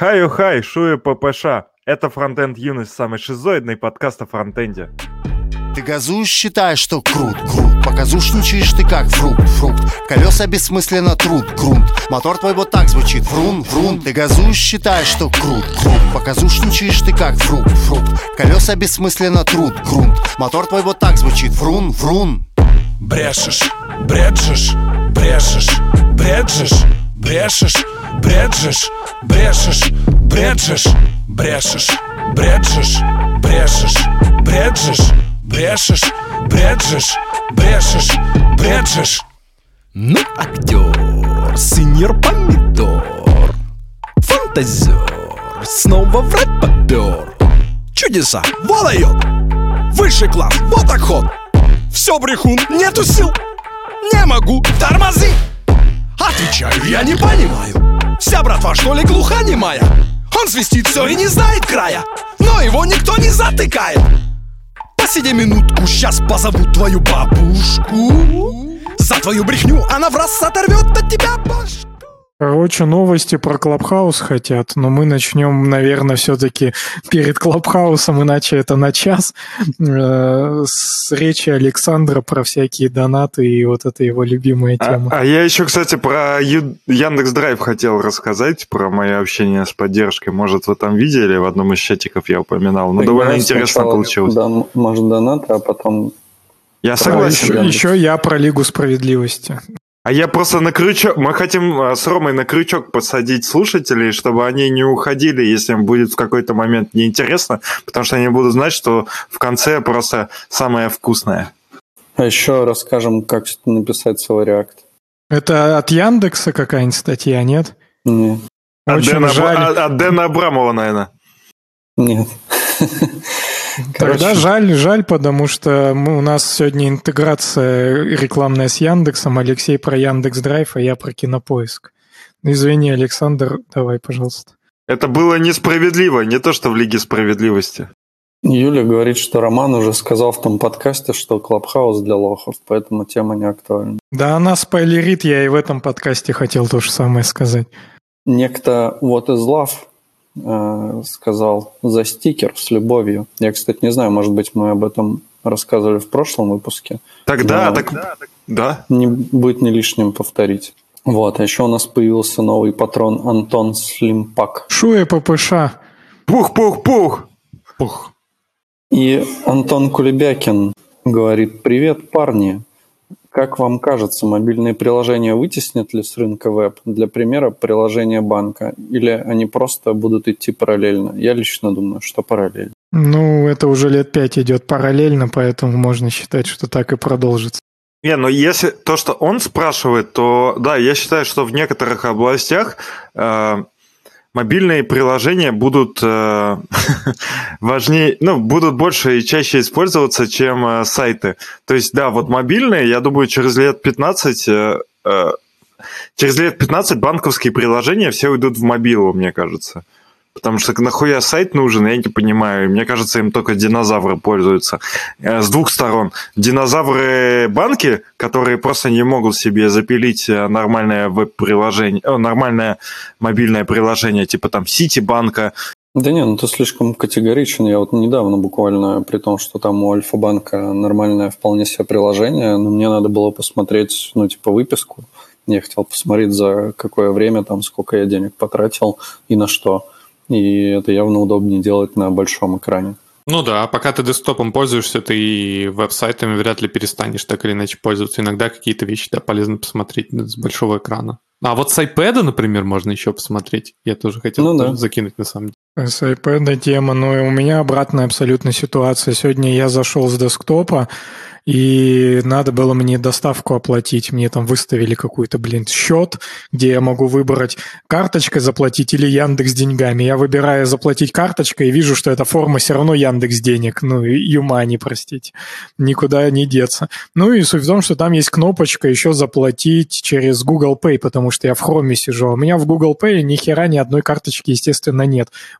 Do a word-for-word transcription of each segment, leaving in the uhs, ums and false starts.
Хай-хай, шуя ППШ. Это Фронтенд Юность, самый шизоидный подкаст о фронтенде. Ты газуешь, считаешь, что крут, крут. Показушничаешь ты как фрукт, фрукт. Колеса бессмысленно трут, грунт. Мотор твой вот так звучит, врун, врун. Ты газуешь, считаешь, что крут, крут. Показушничаешь ты как фрукт, фрукт. Колеса бессмысленно трут, грунт. Мотор твой вот так звучит, врун, врун. Брешешь, бреджешь, брешешь, бреджешь, брешешь, бреджешь, брешешь, бреджешь, брешешь, бреджешь, брешешь, бреджешь, брешешь, бреджешь, брешешь, бреджешь. Ну, актер, сеньор помидор, фантазер, снова в рэп попер. Чудеса, вот дает, высший класс, вот так ход. Все брехун, нету сил, не могу, тормози. Отвечаю, я не понимаю. Вся братва что ли глухонемая? Он свистит все и не знает края, но его никто не затыкает. Посиди минутку, сейчас позову твою бабушку. За твою брехню она в раз оторвет от тебя башку. Короче, новости про Клабхаус хотят, но мы начнем, наверное, все-таки перед Клабхаусом, иначе это на час, э, с речи Александра про всякие донаты и вот это его любимая тема. А, а я еще, кстати, про Ю... Яндекс.Драйв хотел рассказать, про мое общение с поддержкой. Может, вы там видели, в одном из чатиков я упоминал. Но довольно интересно получилось. Да, может, донаты, а потом... Я согласен. Еще, еще я про Лигу Справедливости. А я просто на крючок... Мы хотим с Ромой на крючок посадить слушателей, чтобы они не уходили, если им будет в какой-то момент неинтересно, потому что они будут знать, что в конце просто самое вкусное. А еще расскажем, как написать свой реакт. Это от Яндекса какая-нибудь статья, нет? Нет. От Очень Дэна, жаль. От, от Дэна Абрамова, наверное. Нет. Тогда Короче. жаль, жаль, потому что мы, у нас сегодня интеграция рекламная с Яндексом. Алексей про Яндекс.Драйв, а я про Кинопоиск. Извини, Александр, давай, пожалуйста. Это было несправедливо, не то, что в Лиге Справедливости. Юля говорит, что Роман уже сказал в том подкасте, что Клабхаус для лохов, поэтому тема не актуальна. Да она спойлерит, я и в этом подкасте хотел то же самое сказать. Некто What is Love сказал за стикер с любовью. Я, кстати, не знаю, может быть, мы об этом рассказывали в прошлом выпуске. Тогда, так, да, так, да. Не будет не лишним повторить. Вот, а еще у нас появился новый патрон Антон Слимпак. Шуя ППШ. Пух-пух-пух. Пух. И Антон Кулебякин говорит: привет, парни. Как вам кажется, мобильные приложения вытеснят ли с рынка веб? Для примера, приложение банка. Или они просто будут идти параллельно? Я лично думаю, что параллельно. Ну, это уже лет пять идет параллельно, поэтому можно считать, что так и продолжится. Не, но если то, что он спрашивает, то да, я считаю, что в некоторых областях э, мобильные приложения будут э, важнее, ну, будут больше и чаще использоваться, чем э, сайты. То есть, да, вот мобильные, я думаю, через лет пятнадцать, э, э, через лет пятнадцать банковские приложения все уйдут в мобилу, мне кажется. Потому что нахуя сайт нужен, я не понимаю. Мне кажется, им только динозавры пользуются. С двух сторон. Динозавры-банки, которые просто не могут себе запилить нормальное веб-приложение, нормальное мобильное приложение, типа там Ситибанка. Да не, ну ты слишком категоричен. Я вот недавно буквально, при том, что там у Альфа-банка нормальное вполне себе приложение, но мне надо было посмотреть, ну, типа, выписку. Я хотел посмотреть, за какое время, там, сколько я денег потратил и на что. И это явно удобнее делать на большом экране. Ну да, пока ты десктопом пользуешься, ты и веб-сайтами вряд ли перестанешь так или иначе пользоваться. Иногда какие-то вещи, да, полезно посмотреть с большого экрана. А вот с iPad, например, можно еще посмотреть. Я тоже хотел ну, тоже да. закинуть на самом деле. С iPad тема, но у меня обратная абсолютно ситуация. Сегодня я зашел с десктопа, и надо было мне доставку оплатить. Мне там выставили какой-то, блин, счет, где я могу выбрать карточкой заплатить или Яндекс деньгами. Я выбираю заплатить карточкой и вижу, что эта форма все равно Яндекс денег. Ну, Юмани, простите. Никуда не деться. Ну и суть в том, что там есть кнопочка еще заплатить через Google Pay, потому что я в Chrome сижу. У меня в Google Pay ни хера ни одной карточки, естественно, нет.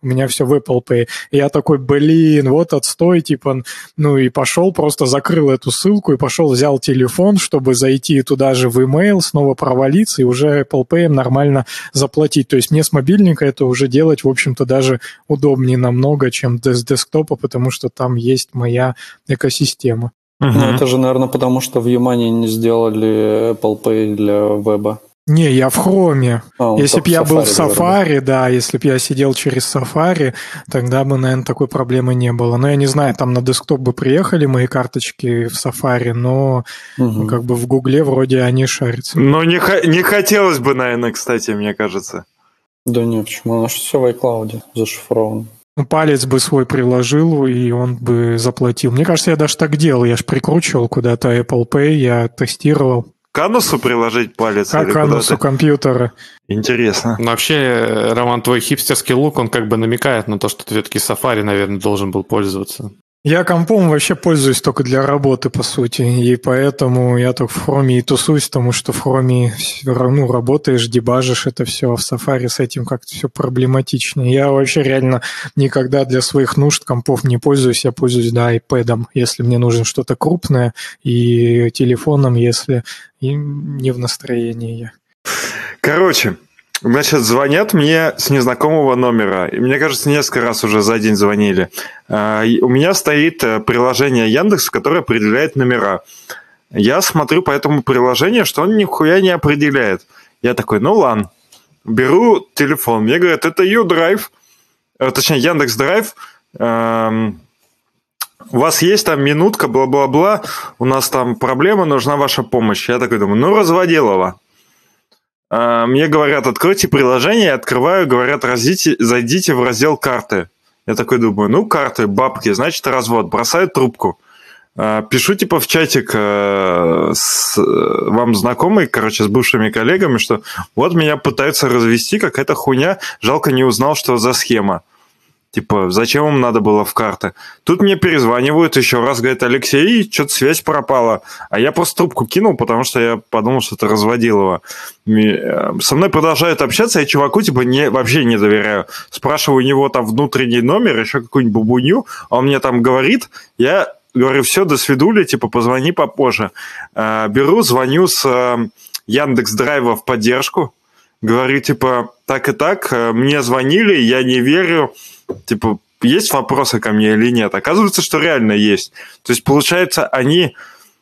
у меня все в Apple Pay. И я такой, блин, вот отстой, типа, ну и пошел, просто закрыл эту ссылку и пошел, взял телефон, чтобы зайти туда же в email, снова провалиться и уже Apple Pay нормально заплатить. То есть мне с мобильника это уже делать, в общем-то, даже удобнее намного, чем с десктопа, потому что там есть моя экосистема. Угу. Ну, это же, наверное, потому что в Юмане не сделали Apple Pay для веба. Не, я в Хроме. А, если бы я в был в Safari, Safari, да, если бы я сидел через Safari, тогда бы, наверное, такой проблемы не было. Но я не знаю, там на десктоп бы приехали мои карточки в Safari, но угу. ну, как бы в Гугле вроде они шарятся. Ну, не, не хотелось бы, наверное, кстати, мне кажется. Да не, почему? У нас все в iCloud зашифровано. Ну, палец бы свой приложил, и он бы заплатил. Мне кажется, я даже так делал. Я же прикручивал куда-то Apple Pay, я тестировал. К анусу приложить палец? Как к анусу компьютера. Интересно. Но вообще, Роман, твой хипстерский лук, он как бы намекает на то, что ты все-таки Safari, наверное, должен был пользоваться. Я компом вообще пользуюсь только для работы, по сути, и поэтому я только в Хроме и тусуюсь, потому что в Хроме ну, работаешь, дебажишь это все, а в Safari с этим как-то все проблематичнее. Я вообще реально никогда для своих нужд компов не пользуюсь, я пользуюсь, да, iPad'ом, если мне нужно что-то крупное, и телефоном, если не в настроении я. Короче, значит, звонят мне с незнакомого номера. И мне кажется, несколько раз уже за день звонили. У меня стоит приложение Яндекс, которое определяет номера. Я смотрю по этому приложению, что он нихуя не определяет. Я такой, ну ладно. Беру телефон. Мне говорят, это U-Drive, точнее, Яндекс.Драйв. У вас есть там минутка, бла-бла-бла. У нас там проблема, нужна ваша помощь. Я такой думаю, ну, Разводилова. Мне говорят, откройте приложение, я открываю, говорят, разите, зайдите в раздел карты. Я такой думаю, ну, карты, бабки, значит, развод. Бросаю трубку. Пишу, типа, в чатик с вам знакомый, короче, с бывшими коллегами, что вот меня пытаются развести, какая-то хуйня, жалко не узнал, что за схема. Типа, зачем им надо было в карты? Тут мне перезванивают еще раз, говорят, Алексей, что-то связь пропала. А я просто трубку кинул, потому что я подумал, что это Разводилова. Со мной продолжают общаться, я чуваку типа не, вообще не доверяю. Спрашиваю у него там внутренний номер, еще какую-нибудь бубунью, а он мне там говорит, я говорю, все, до свидули, типа, позвони попозже. Беру, звоню с Яндекс.Драйва в поддержку, говорю, типа, так и так, мне звонили, я не верю, типа, есть вопросы ко мне или нет? Оказывается, что реально есть. То есть, получается, они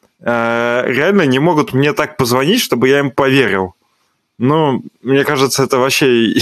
э, реально не могут мне так позвонить, чтобы я им поверил. Ну, мне кажется, это вообще...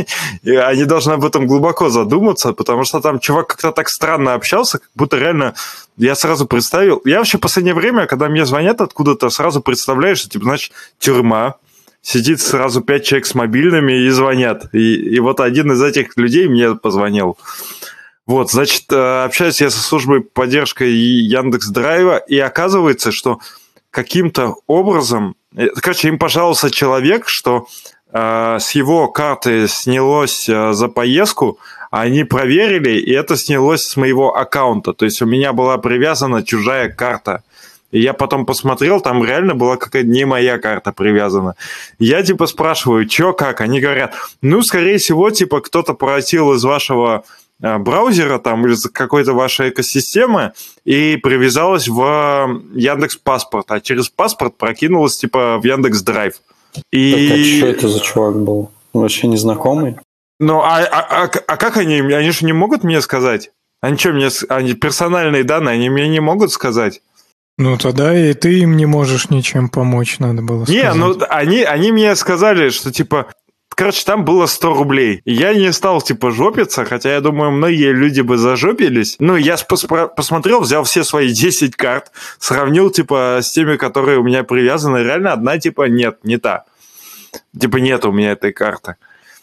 Они должны об этом глубоко задуматься, потому что там чувак как-то так странно общался, как будто реально... Я сразу представил... Я вообще в последнее время, когда мне звонят откуда-то, сразу представляю, что, типа, значит, тюрьма, сидит сразу пять человек с мобильными и звонят. И, и вот один из этих людей мне позвонил. Вот, значит, общаюсь я со службой поддержки Яндекс.Драйва, и оказывается, что каким-то образом... Короче, им пожаловался человек, что э, с его карты снялось э, за поездку, они проверили, и это снялось с моего аккаунта. То есть у меня была привязана чужая карта. И я потом посмотрел, там реально была какая-то не моя карта привязана. Я типа спрашиваю, чё, как? Они говорят, ну, скорее всего, типа кто-то просил из вашего э, браузера там или из какой-то вашей экосистемы и привязалась в Яндекс.Паспорт, а через паспорт прокинулась типа в Яндекс.Драйв. И... Так, а что это за чувак был? Вообще незнакомый? Ну, а, а, а, а как они? Они же не могут мне сказать? Они что, мне... Они персональные данные, они мне не могут сказать? Ну, тогда и ты им не можешь ничем помочь, надо было сказать. Не, ну, они, они мне сказали, что, типа, короче, там было сто рублей. И я не стал, типа, жопиться, хотя, я думаю, многие люди бы зажопились. Ну, я пос- посмотрел, взял все свои десять карт, сравнил, типа, с теми, которые у меня привязаны. Реально одна, типа, нет, не та. Типа, нет у меня этой карты.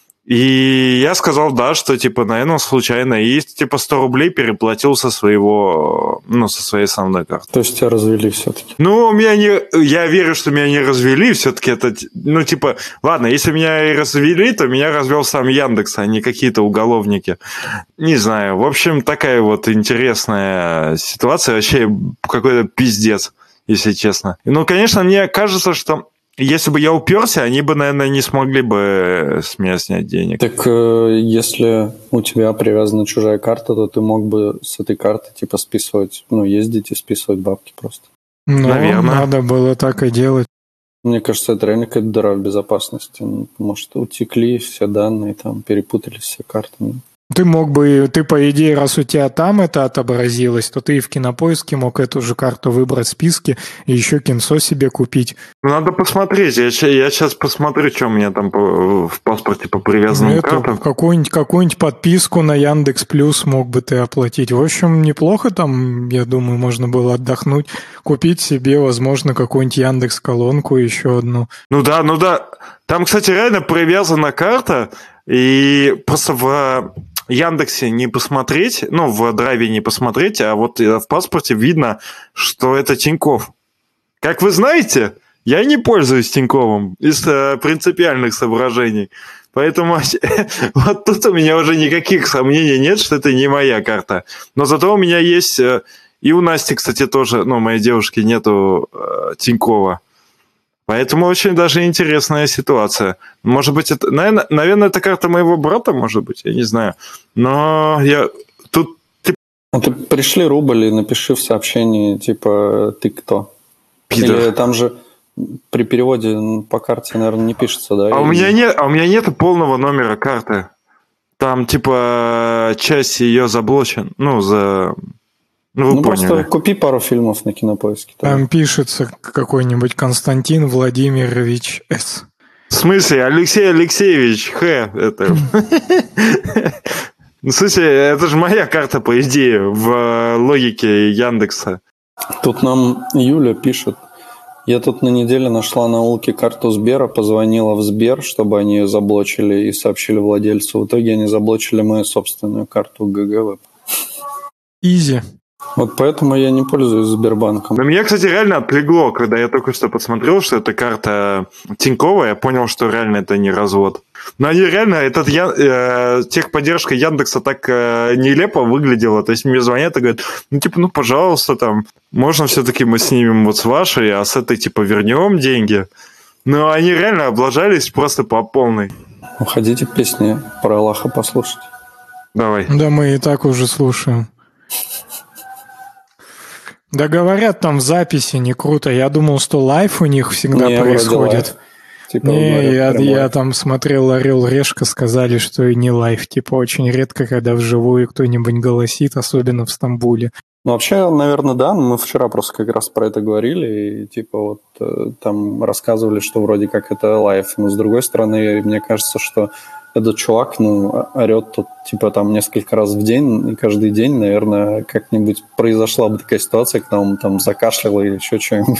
И я сказал, да, что, типа, наверное, случайно. И, типа, сто рублей переплатил со своего, ну, со своей основной карты. То есть тебя развели все-таки? Ну, меня не... Я верю, что меня не развели. Все-таки это... Ну, типа, ладно, если меня и развели, то меня развел сам Яндекс, а не какие-то уголовники. Не знаю. В общем, такая вот интересная ситуация. Вообще какой-то пиздец, если честно. Ну, конечно, мне кажется, что... если бы я уперся, они бы, наверное, не смогли бы с меня снять денег. Так э, если у тебя привязана чужая карта, то ты мог бы с этой карты типа списывать, ну, ездить и списывать бабки просто. Ну, Наверное. надо было так и делать. Мне кажется, это реально какая-то дыра в безопасности. Может, утекли все данные, там, перепутались все карты. Ты мог бы, ты по идее, раз у тебя там это отобразилось, то ты и в Кинопоиске мог эту же карту выбрать в списке и еще кинцо себе купить. Надо посмотреть. Я, я сейчас посмотрю, что у меня там по, в паспорте по привязанным Эту, картам. Какую-нибудь, какую-нибудь подписку на Яндекс Плюс мог бы ты оплатить. В общем, неплохо там, я думаю, можно было отдохнуть, купить себе, возможно, какую-нибудь Яндекс-колонку еще одну. Ну да, ну да. Там, кстати, реально привязана карта, и просто в Яндексе не посмотреть, ну, в драйве не посмотреть, а вот в паспорте видно, что это Тинькофф. Как вы знаете, я не пользуюсь Тиньковым из э, принципиальных соображений. Поэтому вот тут у меня уже никаких сомнений нет, что это не моя карта. Но зато у меня есть... Э, и у Насти, кстати, тоже, ну, моей девушки нету э, Тинькова. Поэтому очень даже интересная ситуация. Может быть, это... Наверное, наверное, это карта моего брата, может быть, я не знаю. Но я... Тут... А ты пришли рубль и напиши в сообщении, типа, ты кто? Пидор. Или там же при переводе по карте, наверное, не пишется, да? А Или... у меня нет, а у меня нет полного номера карты. Там, типа, часть ее заблочен. Ну, за... Ну, вы ну поняли. просто купи пару фильмов на Кинопоиске. Там тогда пишется какой-нибудь Константин Владимирович С. В смысле? Алексей Алексеевич Х. Это... В смысле, это же моя карта, по идее, в логике Яндекса. Тут нам Юля пишет. Я тут на неделе нашла на улке карту Сбера, позвонила в Сбер, чтобы они ее заблочили и сообщили владельцу. В итоге они заблочили мою собственную карту ГГВ. Изи. Вот поэтому я не пользуюсь Сбербанком. Но меня, кстати, реально отлегло, когда я только что посмотрел, что это карта Тинькова, я понял, что реально это не развод. Но они реально, этот я, э, техподдержка Яндекса так э, нелепо выглядела. То есть мне звонят и говорят, ну, типа, ну, пожалуйста, там, можно все-таки мы снимем вот с вашей, а с этой, типа, вернем деньги. Но они реально облажались просто по полной. Хотите песни про Аллаха послушать? Давай. Да мы и так уже слушаем. Да говорят, там в записи не круто. Я думал, что лайв у них всегда не, происходит. Типа, не, я, я там смотрел «Орел Решка», сказали, что и не лайв. Типа очень редко, когда вживую кто-нибудь голосит, особенно в Стамбуле. Ну, вообще, наверное, да. Мы вчера просто как раз про это говорили. И типа вот там рассказывали, что вроде как это лайв. Но с другой стороны, мне кажется, что этот чувак, ну, орет тут, типа, там, несколько раз в день, и каждый день, наверное, как-нибудь произошла бы такая ситуация, когда он там закашлял или еще что-нибудь.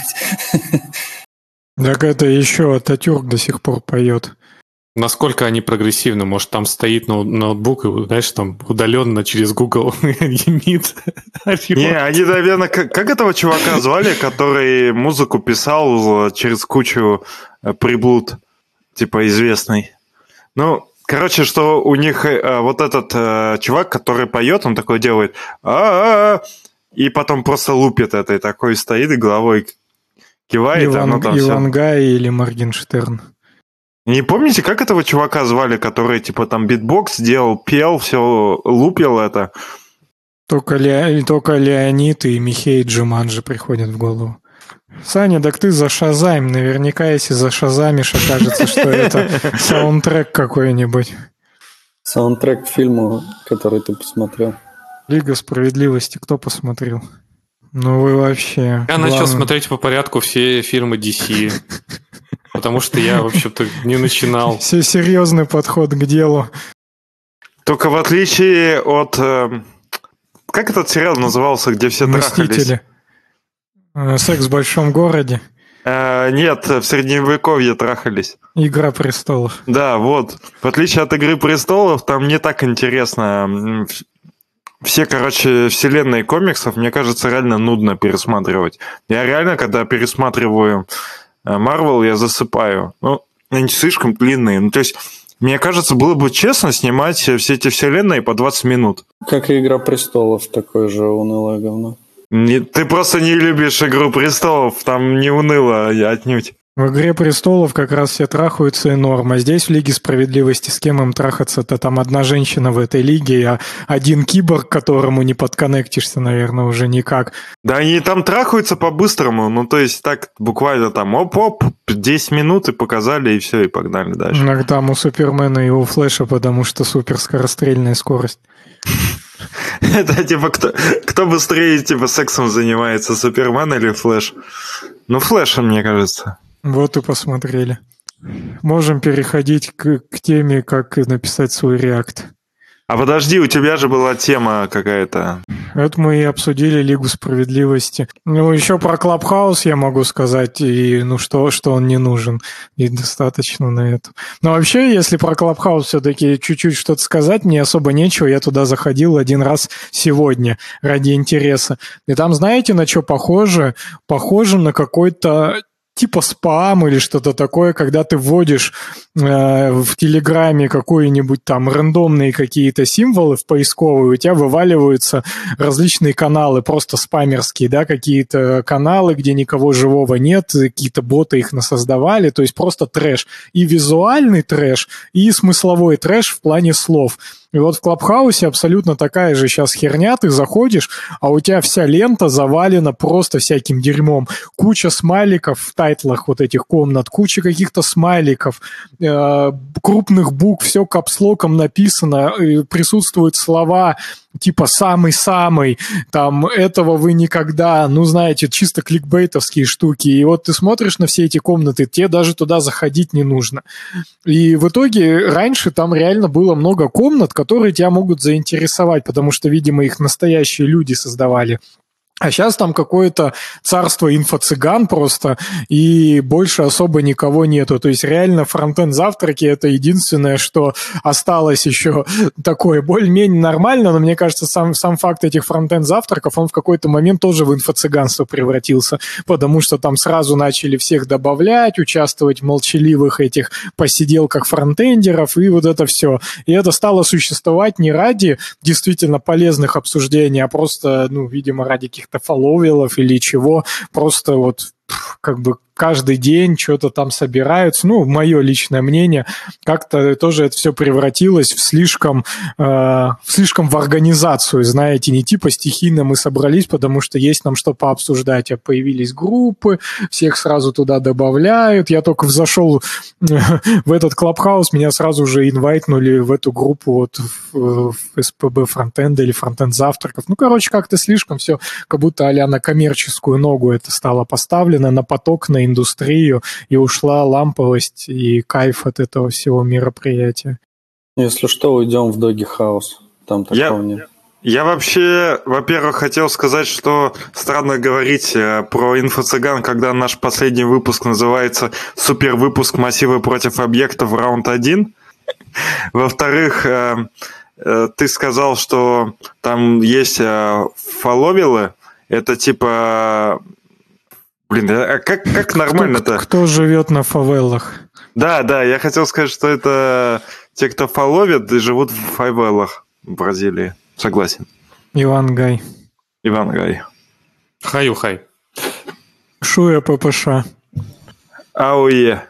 Так это еще Ататюрк до сих пор поет. Насколько они прогрессивны? Может, там стоит ноутбук, и, знаешь, там удаленно через Google емит. Не, они, наверное, как, как этого чувака звали, который музыку писал через кучу приблуд, типа, известный? Ну, короче, что у них э, вот этот э, чувак, который поет, он такой делает а-а-а, и потом просто лупит это, и такой стоит и головой кивает. Иван, оно там Ивангай все... или Моргенштерн. Не помните, как этого чувака звали, который типа там битбокс делал, пел, все лупил это? Только, Ле... Только Леонид и Михей Джуманджи приходят в голову. Саня, так ты зашазаем. Наверняка, если зашазамишь, окажется, что это саундтрек какой-нибудь. Саундтрек к фильму, который ты посмотрел. Лига справедливости кто посмотрел? Ну вы вообще... Я начал смотреть по порядку все фильмы ди си. Потому что я, в общем-то, не начинал. Все серьезный подход к делу. Только в отличие от... Как этот сериал назывался, где все трахались? Мстители. «Секс в большом городе». А, нет, в Средневековье трахались. «Игра престолов». Да, вот. В отличие от «Игры престолов», там не так интересно. Все, короче, вселенные комиксов, мне кажется, реально нудно пересматривать. Я реально, когда пересматриваю Марвел, я засыпаю. Ну, они слишком длинные. Ну, то есть, мне кажется, было бы честно снимать все эти вселенные по двадцать минут. Как и «Игра престолов», такое же унылое говно. Не, ты просто не любишь «Игру престолов», там не уныло отнюдь. В «Игре престолов» как раз все трахаются и норм, а здесь в «Лиге справедливости» с кем им трахаться-то? Там одна женщина в этой лиге, а один киборг, к которому не подконнектишься, наверное, уже никак. Да они там трахаются по-быстрому, ну то есть так буквально там оп-оп, десять минут и показали, и все, и погнали дальше. Ну, там у Супермена и у Флэша, потому что суперскорострельная скорость. Это типа кто, кто быстрее типа сексом занимается, Супермен или Флэш? Ну, Флэш, мне кажется. Вот и посмотрели. Можем переходить к, к теме, как написать свой реакт. А подожди, у тебя же была тема какая-то. Это мы и обсудили Лигу справедливости. Ну, еще про Клабхаус я могу сказать, и ну что, что он не нужен. И достаточно на это. Но вообще, если про Клабхаус все-таки чуть-чуть что-то сказать, мне особо нечего. Я туда заходил один раз сегодня ради интереса. И там, знаете, на что похоже? Похоже на какой-то типа спам или что-то такое, когда ты вводишь э, в Телеграме какие-нибудь там рандомные какие-то символы в поисковую, у тебя вываливаются различные каналы, просто спамерские, да, какие-то каналы, где никого живого нет, какие-то боты их насоздавали, то есть просто трэш. И визуальный трэш, и смысловой трэш в плане слов. И вот в Клабхаусе абсолютно такая же сейчас херня, ты заходишь, а у тебя вся лента завалена просто всяким дерьмом. Куча смайликов в тайтлах вот этих комнат, куча каких-то смайликов, э, крупных букв, все капслоком написано, присутствуют слова типа «самый-самый», там «этого вы никогда», ну, знаете, чисто кликбейтовские штуки. И вот ты смотришь на все эти комнаты, тебе даже туда заходить не нужно. И в итоге раньше там реально было много комнат, которые тебя могут заинтересовать, потому что, видимо, их настоящие люди создавали. А сейчас там какое-то царство инфо-цыган просто, и больше особо никого нету. То есть реально фронтенд-завтраки – это единственное, что осталось еще такое более-менее нормально, но мне кажется, сам, сам факт этих фронтенд-завтраков, он в какой-то момент тоже в инфо-цыганство превратился, потому что там сразу начали всех добавлять, участвовать в молчаливых этих посиделках фронтендеров, и вот это все. И это стало существовать не ради действительно полезных обсуждений, а просто, ну, видимо, ради каких-то фолловилов или чего, просто вот как бы каждый день что-то там собираются. Ну, мое личное мнение, как-то тоже это все превратилось в слишком, э, в слишком в организацию, знаете, не типа стихийно мы собрались, потому что есть нам что пообсуждать, а появились группы, всех сразу туда добавляют. Я только зашел в этот Клабхаус, меня сразу же инвайтнули в эту группу вот в, в эс пэ бэ фронтенда или фронтенд завтраков. Ну, короче, как-то слишком все, как будто а-ля на коммерческую ногу это стало поставлено, на поток, на индустрию, и ушла ламповость и кайф от этого всего мероприятия. Если что, уйдем в Доги Хаус. Там такого я, нет. Я вообще, во-первых, хотел сказать, что странно говорить про инфо-цыган, когда наш последний выпуск называется «Супервыпуск массивы против объектов раунд один». Во-вторых, ты сказал, что там есть фолловилы. Это типа... Блин, а как, как нормально-то? Кто, кто живет на фавелах? Да, да, я хотел сказать, что это те, кто фоловят и живут в фавелах в Бразилии. Согласен. Иван Гай. Иван Гай. Хаю-хай. Шуя ППШ. АОЕ.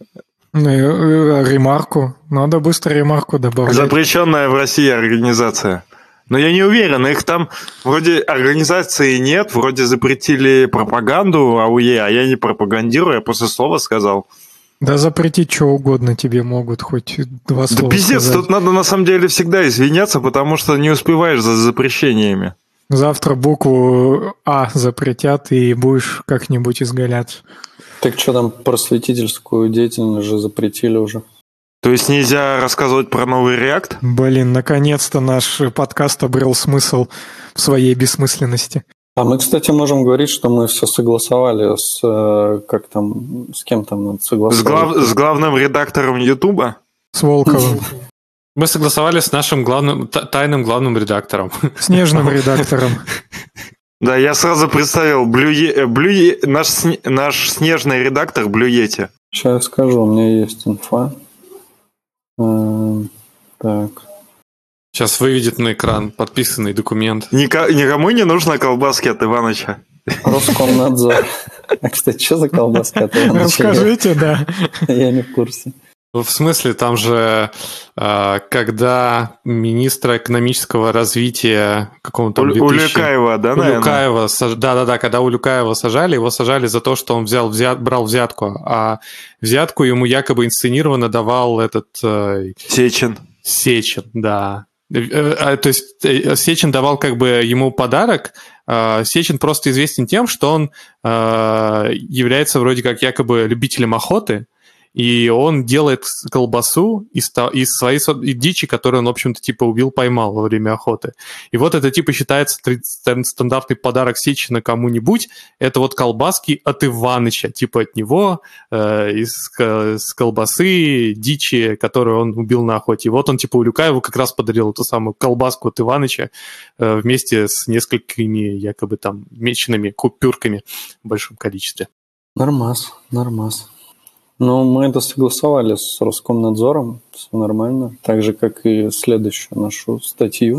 Ремарку. Надо быстро ремарку добавлять. Запрещенная в России организация. Но я не уверен, их там вроде организации нет, вроде запретили пропаганду АОЕ, а я не пропагандирую, я после слова сказал. Да запретить что угодно тебе могут, хоть два слова. Да пиздец, сказать. Тут надо на самом деле всегда извиняться, потому что не успеваешь за запрещениями. Завтра букву А запретят, и будешь как-нибудь изгаляться. Так что там просветительскую деятельность же запретили уже. То есть нельзя рассказывать про новый React? Блин, наконец-то наш подкаст обрел смысл в своей бессмысленности. А мы, кстати, можем говорить, что мы все согласовали с... Как там... С кем там надо согласовать? С, глав, с главным редактором Ютуба? С Волковым. Мы согласовали с нашим главным, тайным главным редактором. Снежным редактором. Да, я сразу представил Блюе, Блюе, наш, наш снежный редактор Блюете. Сейчас скажу, у меня есть инфа. Так. Сейчас выведет на экран подписанный документ. Ника- никому не нужно колбаски от Иваныча. Роскомнадзор. А, кстати, что за колбаска? Расскажите, да. Я не в курсе. В смысле, там же, когда министра экономического развития какому-то... Улюкаева, да, наверное? Улюкаева, да-да-да, когда Улюкаева сажали, его сажали за то, что он взял, взят, брал взятку, а взятку ему якобы инсценированно давал этот... Сечин. Сечин, да. То есть Сечин давал как бы ему подарок. Сечин просто известен тем, что он является вроде как якобы любителем охоты, и он делает колбасу из, из своей дичи, которую он, в общем-то, типа убил, поймал во время охоты. И вот это, типа, считается стандартный подарок Сечина кому-нибудь. Это вот колбаски от Иваныча, типа от него, э, из, из колбасы, дичи, которую он убил на охоте. И вот он, типа, Улюкаеву как раз подарил эту самую колбаску от Иваныча э, вместе с несколькими, якобы, там, меченными купюрками в большом количестве. Нормас, нормас. Ну, мы это согласовали с Роскомнадзором, все нормально. Так же, как и следующую нашу статью.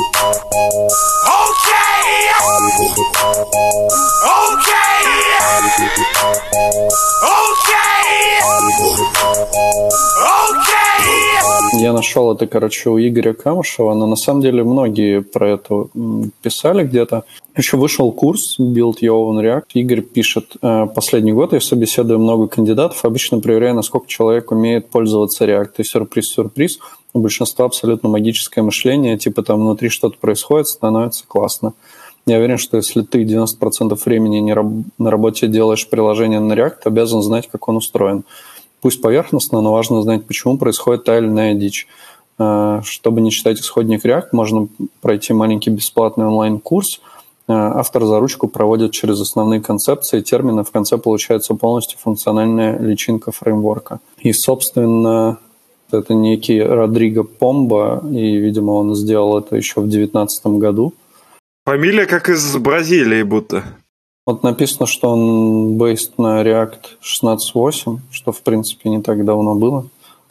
Я нашел это, короче, у Игоря Камышева, но на самом деле многие про это писали где-то. Еще вышел курс Build Your Own React. Игорь пишет: последний год я собеседую много кандидатов, обычно проверяю, насколько человек умеет пользоваться React. И сюрприз-сюрприз, у большинства абсолютно магическое мышление, типа там внутри что-то происходит, становится классно. Я уверен, что если ты девяносто процентов времени не раб- на работе делаешь приложение на React, обязан знать, как он устроен. Пусть поверхностно, но важно знать, почему происходит та или иная дичь. Чтобы не читать исходник React, можно пройти маленький бесплатный онлайн-курс. Автор за ручку проводит через основные концепции и термины. В конце получается полностью функциональная личинка фреймворка. И, собственно, это некий Родриго Помба, и, видимо, он сделал это еще в две тысячи девятнадцатом году. Фамилия как из Бразилии будто. Вот написано, что он based на React шестнадцать восемь, что, в принципе, не так давно было.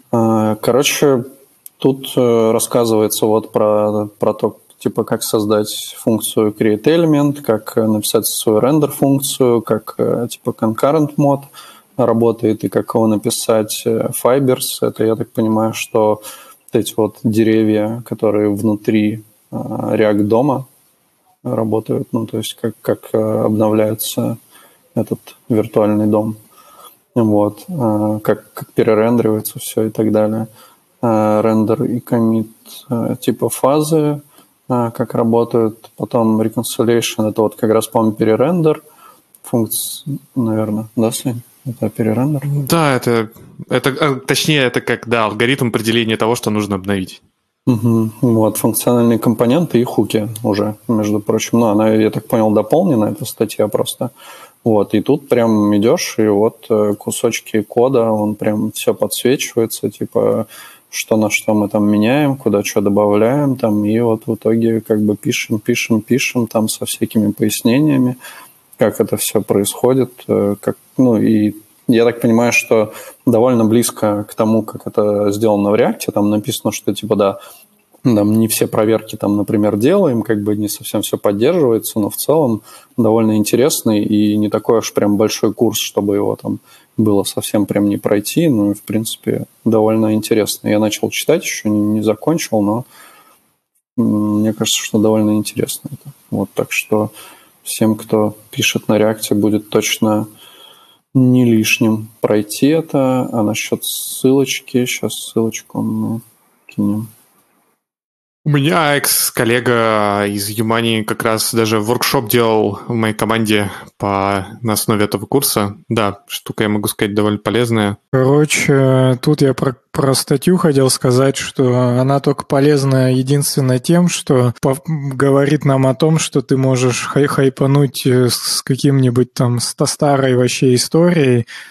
Короче, тут рассказывается вот про, про то, типа, как создать функцию createElement, как написать свою рендер-функцию, как, типа, concurrent мод работает, и как его написать. Fibers — это, я так понимаю, что вот эти вот деревья, которые внутри React-дома работают, ну, то есть как, как обновляется этот виртуальный дом, вот, как, как перерендеривается все и так далее. Рендер и коммит типа фазы, как работают, потом reconciliation, это вот как раз, по-моему, перерендер, функция, наверное, да, Сань? Это перерендер? Да, это, это, точнее, это как, да, алгоритм определения того, что нужно обновить. Угу. Вот, функциональные компоненты и хуки уже, между прочим. Ну, она, я так понял, дополнена, эта статья просто. Вот, и тут прям идешь, и вот кусочки кода, он прям все подсвечивается, типа, что на что мы там меняем, куда что добавляем, там, и вот в итоге как бы пишем, пишем, пишем, там, со всякими пояснениями, как это все происходит, как, ну, и я так понимаю, что довольно близко к тому, как это сделано в React. Там написано, что типа да, там не все проверки там, например, делаем, как бы не совсем все поддерживается, но в целом довольно интересный и не такой уж прям большой курс, чтобы его там было совсем прям не пройти. Ну и в принципе довольно интересно. Я начал читать, еще не, не закончил, но мне кажется, что довольно интересно это. Вот, так что всем, кто пишет на React, будет точно не лишним пройти это. А насчет ссылочки, сейчас ссылочку мы кинем. У меня экс-коллега из Юмани как раз даже воркшоп делал в моей команде по, на основе этого курса. Да, штука, я могу сказать, довольно полезная. Короче, тут я про, про статью хотел сказать, что она только полезна единственно тем, что по- говорит нам о том, что ты можешь хай- хайпануть с каким-нибудь там старой вообще историей,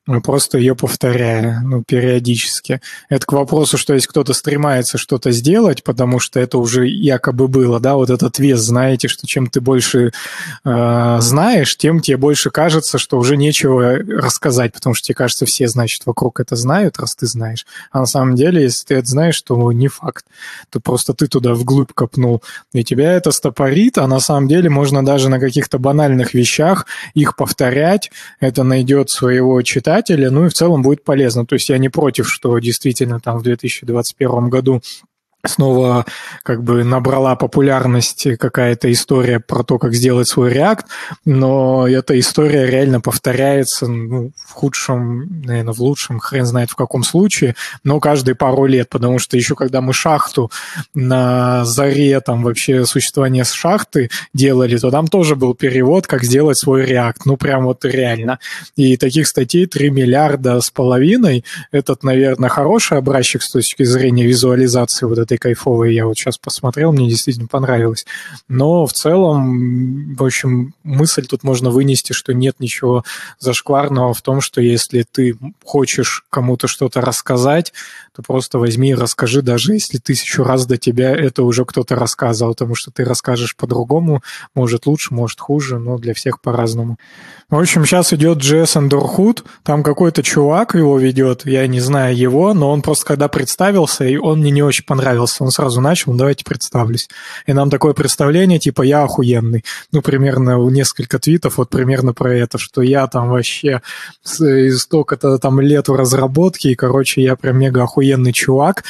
просто ее повторяя, ну, периодически. Это к вопросу, что если кто-то стремается что-то сделать, потому что это уже якобы было, да, вот этот вес, знаете, что чем ты больше э, знаешь, тем тебе больше кажется, что уже нечего рассказать, потому что тебе кажется, все, значит, вокруг это знают, раз ты знаешь. А на самом деле, если ты это знаешь, то не факт. То просто ты туда вглубь копнул, и тебя это стопорит, а на самом деле можно даже на каких-то банальных вещах их повторять, это найдет своего читателя, ну и в целом будет полезно. То есть я не против, что действительно там в две тысячи двадцать первом году снова как бы набрала популярность какая-то история про то, как сделать свой React, но эта история реально повторяется, ну, в худшем, наверное, в лучшем, хрен знает в каком случае, но каждые пару лет, потому что еще когда мы шахту на заре там вообще существования шахты делали, то там тоже был перевод, как сделать свой React, ну прям вот реально. И таких статей три миллиарда с половиной, этот, наверное, хороший образчик с точки зрения визуализации вот этой кайфовой, я вот сейчас посмотрел, мне действительно понравилось. Но в целом, в общем, мысль тут можно вынести, что нет ничего зашкварного в том, что если ты хочешь кому-то что-то рассказать, то просто возьми и расскажи, даже если тысячу раз до тебя это уже кто-то рассказывал, потому что ты расскажешь по-другому, может лучше, может хуже, но для всех по-разному. В общем, сейчас идет джей эс Underhood, там какой-то чувак его ведет, я не знаю его, но он просто когда представился, и он мне не очень понравился, он сразу начал, ну, давайте представлюсь. И нам такое представление, типа, я охуенный. Ну, примерно несколько твитов, вот примерно про это, что я там вообще столько-то там лет в разработке, и, короче, я прям мега охуенный чувак,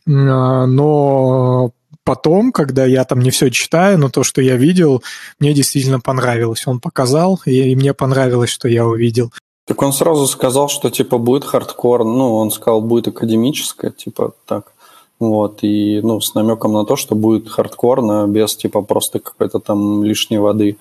но... Потом, когда я там не все читаю, но то, что я видел, мне действительно понравилось. Он показал, и мне понравилось, что я увидел. Так он сразу сказал, что типа будет хардкор, ну, он сказал, будет академическое, типа так. Вот, и, ну, с намеком на то, что будет хардкорно, без, типа, просто какой-то там лишней воды.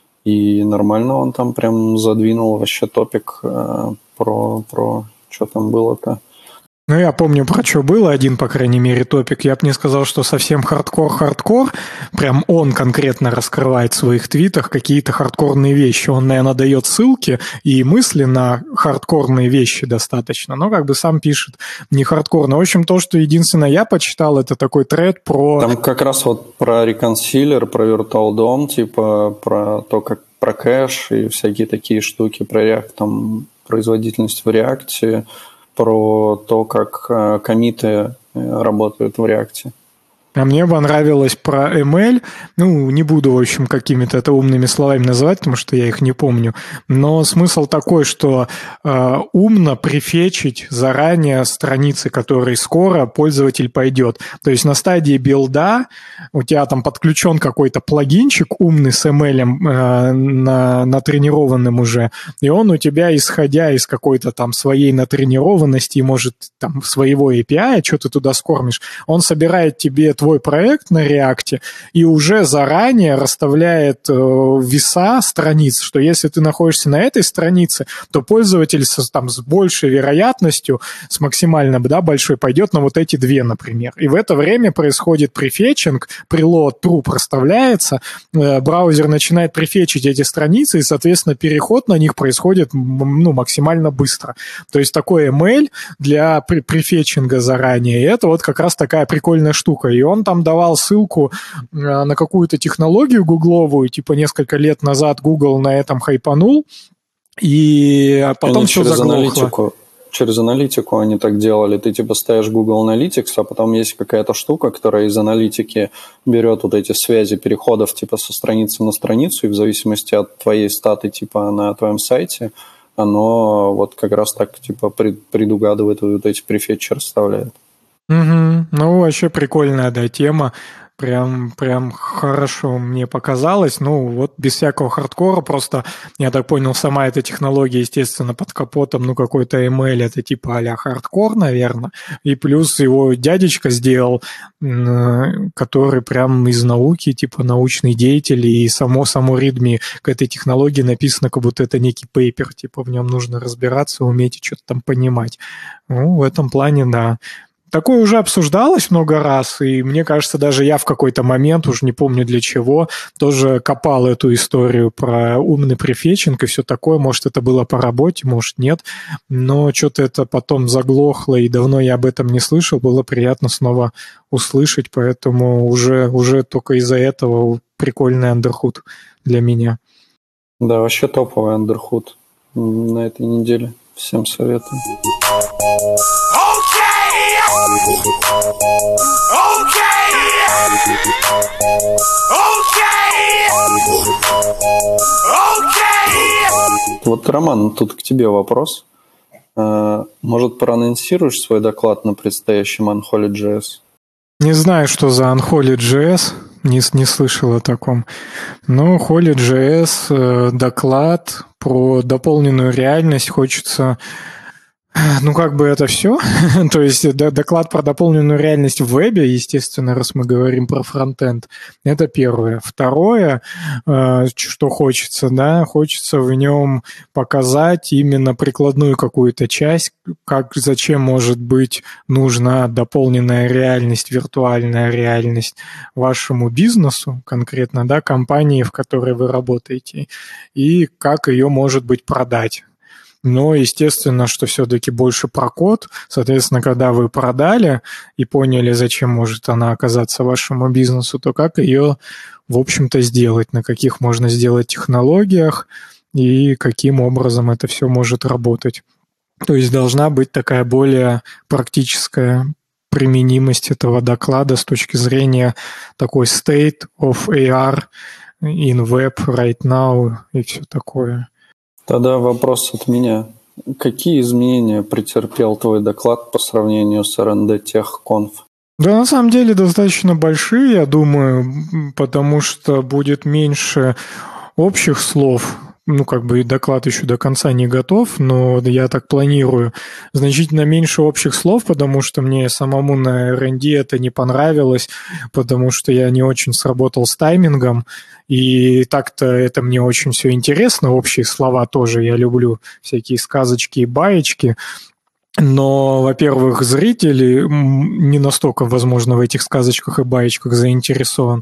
И нормально он там прям задвинул вообще топик э, про, про, что там было-то. Ну, я помню, про что было, один, по крайней мере, топик. Я бы не сказал, что совсем хардкор-хардкор. Прям он конкретно раскрывает в своих твитах какие-то хардкорные вещи. Он, наверное, дает ссылки и мысли на хардкорные вещи достаточно, но как бы сам пишет не хардкорно. В общем, то, что единственное я почитал, это такой тред про... Там как раз вот про реконсилер, про Virtual дом, типа про то, как про кэш и всякие такие штуки, про React, там, производительность в React, про то, как э, коммиты работают в React. А мне понравилось про эм эл, ну, не буду, в общем, какими-то это умными словами называть, потому что я их не помню, но смысл такой, что э, умно префетчить заранее страницы, которые скоро пользователь пойдет. То есть на стадии билда у тебя там подключен какой-то плагинчик умный с эм эл, э, на, натренированным уже, и он у тебя, исходя из какой-то там своей натренированности, может, там, своего эй пи ай, что ты туда скормишь, он собирает тебе твой проект на React и уже заранее расставляет э, веса страниц, что если ты находишься на этой странице, то пользователь с, там, с большей вероятностью, с максимально да, большой, пойдет на вот эти две, например. И в это время происходит префетчинг, прилот true проставляется, э, браузер начинает префетчить эти страницы, и, соответственно, переход на них происходит ну, максимально быстро. То есть такой эм эл для префетчинга заранее, и это вот как раз такая прикольная штука. И он там давал ссылку на какую-то технологию гугловую, типа несколько лет назад Google на этом хайпанул, и потом все заглохло. Аналитику, через аналитику они так делали. Ты типа ставишь Google Analytics, а потом есть какая-то штука, которая из аналитики берет вот эти связи переходов типа со страницы на страницу, и в зависимости от твоей статы типа на твоем сайте, оно вот как раз так типа предугадывает вот эти префетчи, расставляет. Угу. Ну, вообще прикольная, да, тема. Прям, прям хорошо мне показалось. Ну, вот без всякого хардкора, просто, я так понял, сама эта технология, естественно, под капотом, ну, какой-то эм эл, это типа а-ля хардкор, наверное. И плюс его дядечка сделал, который прям из науки, типа научный деятель, и само, само ридми к этой технологии написано, как будто это некий пейпер, типа в нем нужно разбираться, уметь что-то там понимать. Ну, в этом плане, да. такое уже обсуждалось много раз, и мне кажется, даже я в какой-то момент, уже не помню для чего, тоже копал эту историю про умный префетчинг и все такое. Может, это было по работе, может, нет, но что-то это потом заглохло, и давно я об этом не слышал, было приятно снова услышать, поэтому уже, уже только из-за этого прикольный Underhood для меня. Да, вообще топовый Underhood на этой неделе. Всем советую. Вот, Роман, тут к тебе вопрос. Может, проанонсируешь свой доклад на предстоящем Unholy.js? Не знаю, что за Unholy.js, не, не слышал о таком. Но Holy.js доклад про дополненную реальность хочется... Ну, как бы это все. То есть доклад про дополненную реальность в вебе, естественно, раз мы говорим про фронтенд, это первое. Второе, что хочется, да, хочется в нем показать именно прикладную какую-то часть, как, зачем может быть нужна дополненная реальность, виртуальная реальность вашему бизнесу, конкретно, да, компании, в которой вы работаете, и как ее, может быть, продать. Но, естественно, что все-таки больше про код. Соответственно, когда вы продали и поняли, зачем может она оказаться вашему бизнесу, то как ее, в общем-то, сделать, на каких можно сделать технологиях и каким образом это все может работать. То есть должна быть такая более практическая применимость этого доклада с точки зрения такой state of эй ар in web right now и все такое. Тогда вопрос от меня. Какие изменения претерпел твой доклад по сравнению с эр эн ди TechConf? Да, на самом деле достаточно большие, я думаю, потому что будет меньше общих слов. Ну, как бы доклад еще до конца не готов, но я так планирую. Значительно меньше общих слов, потому что мне самому на эр эн ди это не понравилось, потому что я не очень сработал с таймингом, и так-то это мне очень все интересно, общие слова тоже, я люблю всякие сказочки и баечки. Но, во-первых, зрители не настолько, возможно, в этих сказочках и баечках заинтересован,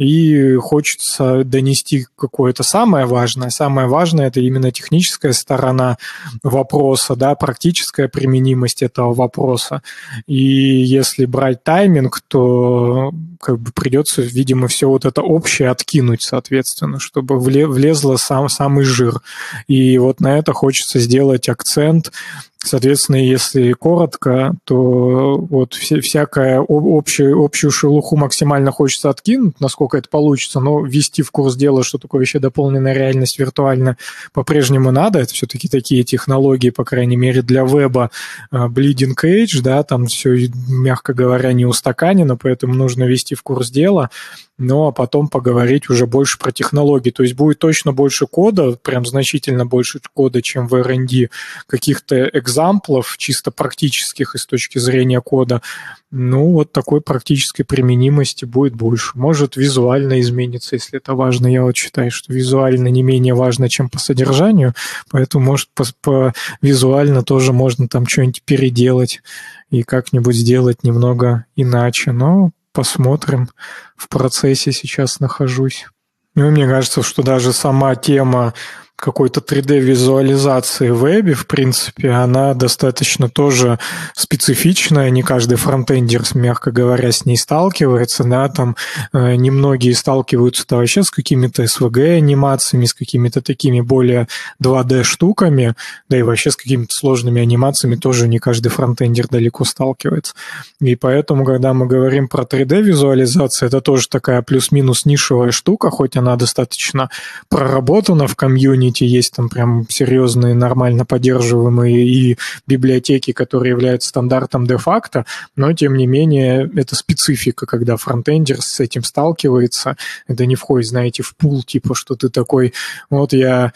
и хочется донести какое-то самое важное. Самое важное – это именно техническая сторона вопроса, да, практическая применимость этого вопроса. И если брать тайминг, то как бы придется, видимо, все вот это общее откинуть, соответственно, чтобы влезло сам, самый жир. И вот на это хочется сделать акцент. Соответственно, если коротко, то вот вся, всякая общую, общую шелуху максимально хочется откинуть, насколько это получится, но ввести в курс дела, что такое вообще дополненная реальность виртуальная, по-прежнему надо. Это все-таки такие технологии, по крайней мере, для веба, bleeding edge, да, там все, мягко говоря, не устаканено, поэтому нужно ввести в курс дела, ну, а потом поговорить уже больше про технологии. То есть будет точно больше кода, прям значительно больше кода, чем в эр эн ди, каких-то экзамплов чисто практических и с точки зрения кода. Ну, вот такой практической применимости будет больше. Может, визуально изменится, если это важно. Я вот считаю, что визуально не менее важно, чем по содержанию, поэтому, может, по, по визуально тоже можно там что-нибудь переделать и как-нибудь сделать немного иначе. Но посмотрим. В процессе сейчас нахожусь. Ну, мне кажется, что даже сама тема какой-то три дэ-визуализации в вебе, в принципе, она достаточно тоже специфичная, не каждый фронтендер, мягко говоря, с ней сталкивается, да, там э, немногие сталкиваются-то вообще с какими-то эс ви джи-анимациями, с какими-то такими более два дэ-штуками, да и вообще с какими-то сложными анимациями тоже не каждый фронтендер далеко сталкивается. И поэтому, когда мы говорим про три дэ-визуализацию, это тоже такая плюс-минус нишевая штука, хоть она достаточно проработана в комьюнити, есть там прям серьезные, нормально поддерживаемые и библиотеки, которые являются стандартом де-факто, но, тем не менее, это специфика, когда фронтендер с этим сталкивается, это не входит, знаете, в пул, типа, что ты такой, вот я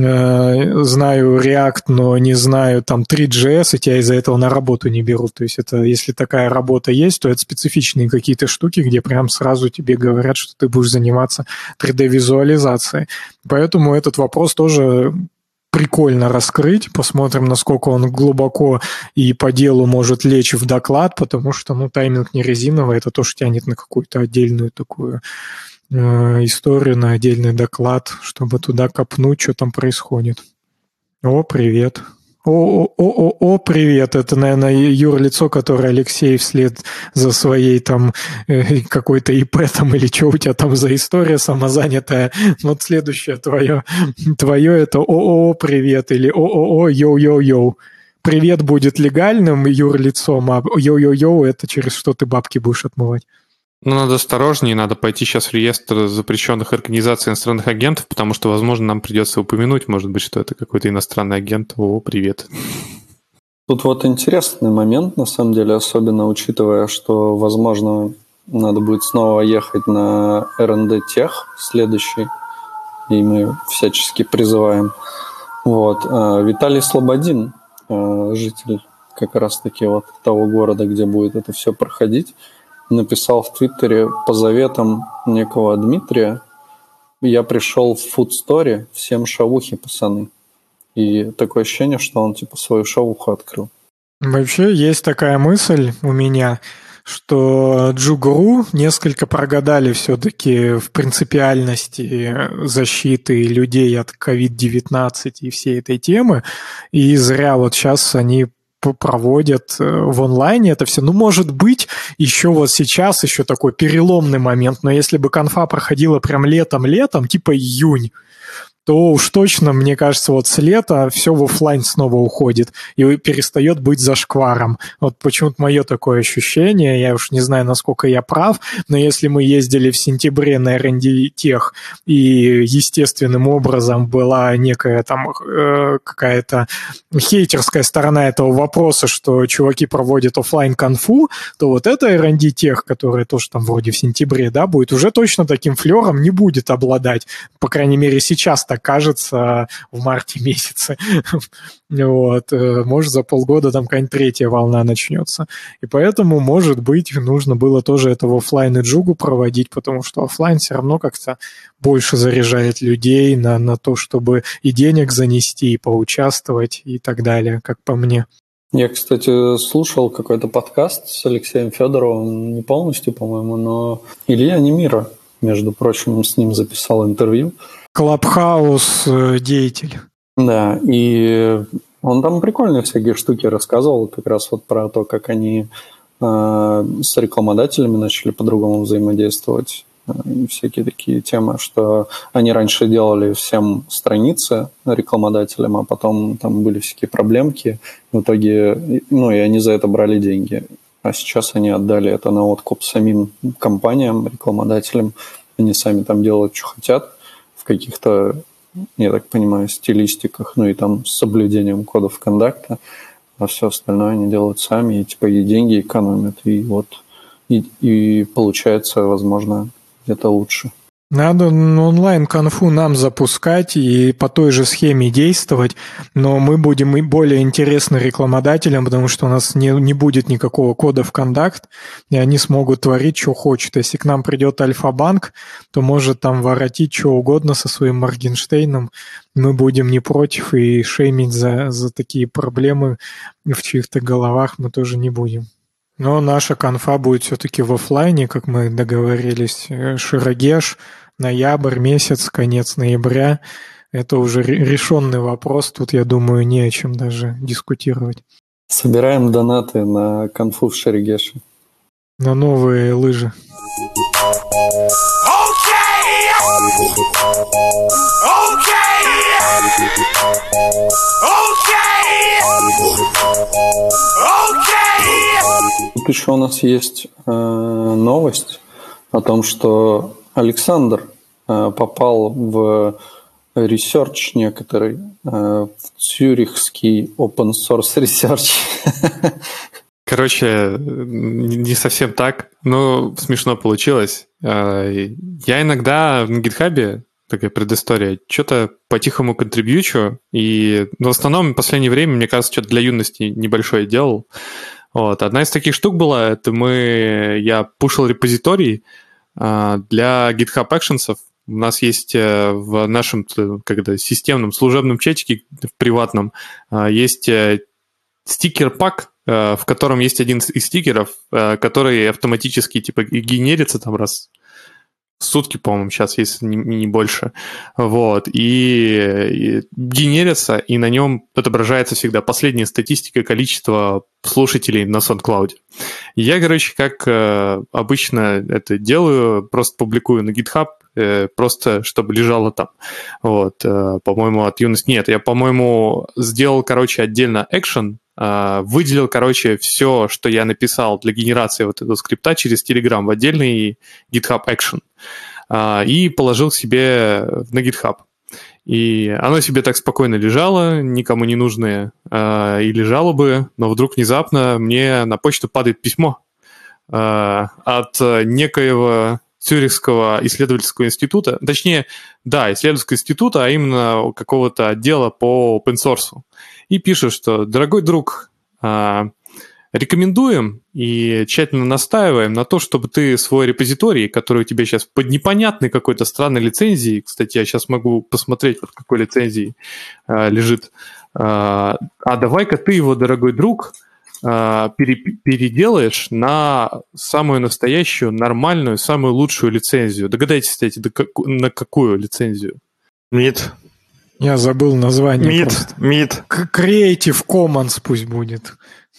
э, знаю React, но не знаю там три джей эс, и тебя из-за этого на работу не берут, то есть это, если такая работа есть, то это специфичные какие-то штуки, где прям сразу тебе говорят, что ты будешь заниматься три дэ-визуализацией, поэтому этот вопрос тоже прикольно раскрыть, посмотрим, насколько он глубоко и по делу может лечь в доклад, потому что, ну, тайминг не резиновый, это тоже тянет на какую-то отдельную такую э, историю, на отдельный доклад, чтобы туда копнуть, что там происходит. О, привет. О, о, о, о, привет. Это, наверное, юрлицо, которое Алексей вслед за своей там э, какой-то ИП там или что у тебя там за история самозанятая. Вот следующее твое, твое это о, о, привет или о, о, о, йоу-йоу-йоу. Привет будет легальным юрлицом, а йоу-йоу-йоу это через что ты бабки будешь отмывать. Ну, надо осторожнее, надо пойти сейчас в реестр запрещенных организаций иностранных агентов, потому что, возможно, нам придется упомянуть, может быть, что это какой-то иностранный агент. О, привет. Тут вот интересный момент, на самом деле, особенно учитывая, что, возможно, надо будет снова ехать на эр энд ди Тех следующий, и мы всячески призываем. Вот. Виталий Слободин, житель как раз-таки вот того города, где будет это все проходить, написал в Твиттере: по заветам некого Дмитрия я пришел в Food Story, всем шавухи, пацаны. И такое ощущение, что он типа свою шавуху открыл. Вообще есть такая мысль у меня, что Джугру несколько прогадали все-таки в принципиальности защиты людей от ковид девятнадцать и всей этой темы, и зря вот сейчас они проводят в онлайне это все. Ну, может быть, еще вот сейчас еще такой переломный момент, но если бы конфа проходила прям летом-летом, типа июнь, то уж точно, мне кажется, вот с лета все в офлайн снова уходит и перестает быть зашкваром. Вот почему-то мое такое ощущение, я уж не знаю, насколько я прав, но если мы ездили в сентябре на эр энд ди Тех и естественным образом была некая там э, какая-то хейтерская сторона этого вопроса, что чуваки проводят офлайн конфу, то вот это эр энд ди Тех, которая тоже там вроде в сентябре, да, будет, уже точно таким флером не будет обладать. По крайней мере, сейчас так кажется в марте месяце. Вот. Может, за полгода там какая-нибудь третья волна начнется. И поэтому, может быть, нужно было тоже это в офлайн и джугу проводить, потому что офлайн все равно как-то больше заряжает людей на, на то, чтобы и денег занести, и поучаствовать, и так далее, как по мне. Я, кстати, слушал какой-то подкаст с Алексеем Федоровым, не полностью, по-моему, но Илья Немира, между прочим, с ним записал интервью. Клабхаус деятель. Да, и он там прикольные всякие штуки рассказывал, как раз вот про то, как они э, с рекламодателями начали по-другому взаимодействовать. И всякие такие темы, что они раньше делали всем страницы рекламодателям, а потом там были всякие проблемки. В итоге, ну, и они за это брали деньги. А сейчас они отдали это на откуп самим компаниям, рекламодателям. Они сами там делают, что хотят, в каких-то, я так понимаю, стилистиках, ну и там с соблюдением кодов кондакта, а все остальное они делают сами, и типа и деньги экономят, и вот, и, и получается, возможно, где-то лучше. Надо онлайн-конфу нам запускать и по той же схеме действовать, но мы будем и более интересны рекламодателям, потому что у нас не, не будет никакого кода в контакт, и они смогут творить, что хочет. Если к нам придет Альфа-банк, то может там воротить что угодно со своим Моргенштейном. Мы будем не против, и шеймить за, за такие проблемы в чьих-то головах мы тоже не будем. Но наша конфа будет все-таки в офлайне, как мы договорились. Широгеш, ноябрь месяц, конец ноября. Это уже решенный вопрос. Тут, я думаю, не о чем даже дискутировать. Собираем донаты на конфу в Широгеше. На новые лыжи. Тут еще у нас есть э, новость о том, что Александр э, попал в ресерч некоторый, э, в цюрихский open source research. Короче, не совсем так, но смешно получилось. Я иногда на GitHub, такая предыстория, что-то по-тихому контрибьючу, и ну, в основном в последнее время, мне кажется, что-то для юности небольшое делал. Вот. Одна из таких штук была, это мы, я пушил репозиторий для GitHub Actions У нас есть в нашем когда, системном служебном чатике, в приватном, есть стикер-пак, в котором есть один из стикеров, который автоматически типа генерится там раз в сутки, по-моему, сейчас, если не, не больше. Вот. И, и генерится, и на нем отображается всегда последняя статистика количества слушателей на SoundCloud. Я, короче, как э, обычно это делаю, просто публикую на GitHub, э, просто чтобы лежало там. Вот. Э, по-моему, от юности... Нет, я, по-моему, сделал, короче, отдельно экшен, э, выделил, короче, все, что я написал для генерации вот этого скрипта через Telegram в отдельный GitHub Action. И положил себе на GitHub. И оно себе так спокойно лежало, никому не нужное, или жалобы, но вдруг внезапно мне на почту падает письмо от некоего Цюрихского исследовательского института, точнее, да, исследовательского института, а именно какого-то отдела по open source. И пишет, что, дорогой друг, рекомендуем и тщательно настаиваем на то, чтобы ты свой репозиторий, который у тебя сейчас под непонятной какой-то странной лицензией, кстати, я сейчас могу посмотреть, под какой лицензией э, лежит, э, а давай-ка ты его, дорогой друг, э, пере, переделаешь на самую настоящую, нормальную, самую лучшую лицензию. Догадайтесь, кстати, на какую лицензию? Мид. Я забыл название. Мид. Мид. Creative Commons пусть будет.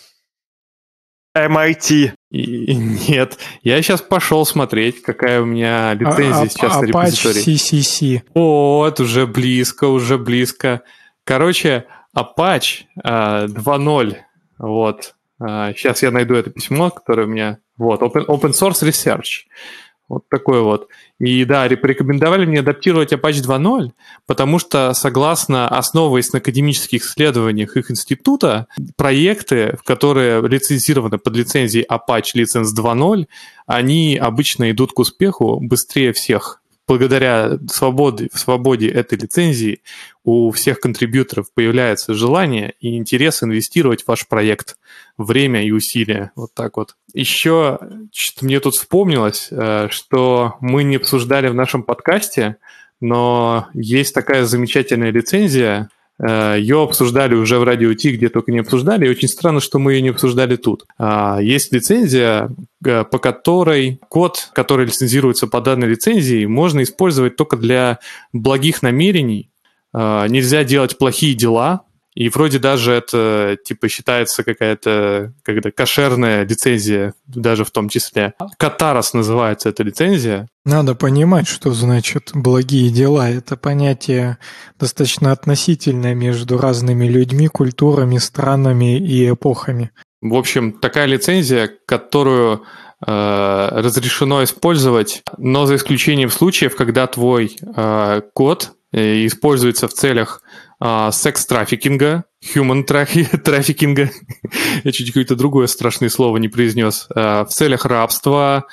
эм ай ти. И, нет, я сейчас пошел смотреть, какая у меня лицензия а, сейчас а, на репозитории. Apache си си си. Вот, уже близко, уже близко. Короче, Apache э, два ноль. Вот. Э, сейчас я найду это письмо, которое у меня... Вот, Open, Open Source Research. Вот такой вот. И да, порекомендовали мне адаптировать Apache два ноль, потому что, согласно, основываясь на академических исследованиях их института, проекты, которые лицензированы под лицензией Apache License два ноль, они обычно идут к успеху быстрее всех. Благодаря свободе, свободе этой лицензии у всех контрибьюторов появляется желание и интерес инвестировать в ваш проект, время и усилия. Вот так вот. Еще что мне тут вспомнилось, что мы не обсуждали в нашем подкасте, но есть такая замечательная лицензия. Ее обсуждали уже в Радио Ти, где только не обсуждали, и очень странно, что мы ее не обсуждали тут. Есть лицензия, по которой код, который лицензируется по данной лицензии, можно использовать только для благих намерений. Нельзя делать плохие дела, и вроде даже это типа считается какая-то когда кошерная лицензия, даже в том числе. Катарос называется эта лицензия. Надо понимать, что значит благие дела. Это понятие достаточно относительное между разными людьми, культурами, странами и эпохами. В общем, такая лицензия, которую э, разрешено использовать, но за исключением случаев, когда твой э, код э, используется в целях секс-трафикинга, human трафикинга, я чуть какое-то другое страшное слово не произнес, в целях рабства,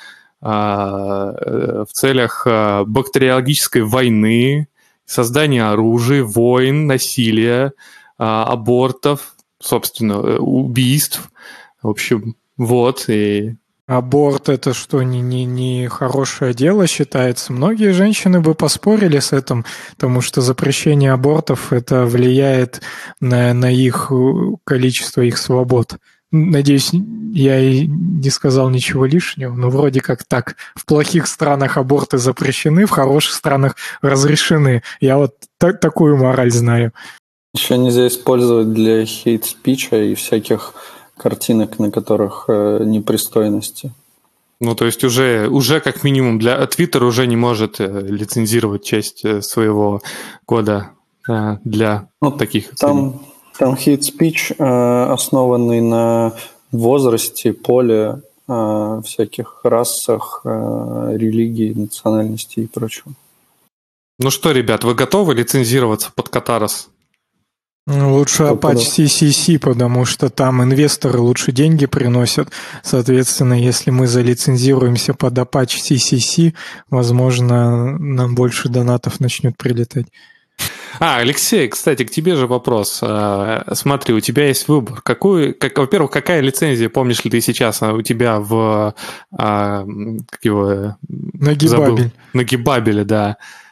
в целях бактериологической войны, создания оружия, войн, насилия, абортов, собственно, убийств. В общем, вот, и... Аборт – это что, не, не, не хорошее дело считается? Многие женщины бы поспорили с этим, потому что запрещение абортов – это влияет на, на их количество, их свобод. Надеюсь, я и не сказал ничего лишнего, но вроде как так. В плохих странах аборты запрещены, в хороших странах разрешены. Я вот так, такую мораль знаю. Еще нельзя использовать для хейт-спича и всяких... картинок, на которых э, непристойности. Ну, то есть уже, уже как минимум для Twitter уже не может э, лицензировать часть э, своего кода э, для ну, таких целей. Там, там hate speech, э, основанный на возрасте, поле, э, всяких расах, э, религии, национальности и прочего. Ну что, ребят, вы готовы лицензироваться под Катарос? Лучше Apache си си си, потому что там инвесторы лучше деньги приносят. Соответственно, если мы залицензируемся под Apache си си си, возможно, нам больше донатов начнет прилетать. А, Алексей, кстати, к тебе же вопрос. Смотри, у тебя есть выбор. Какую, как, во-первых, какая лицензия, помнишь ли ты сейчас у тебя в... А, как его... На Гибабель. На Гибабеле, да.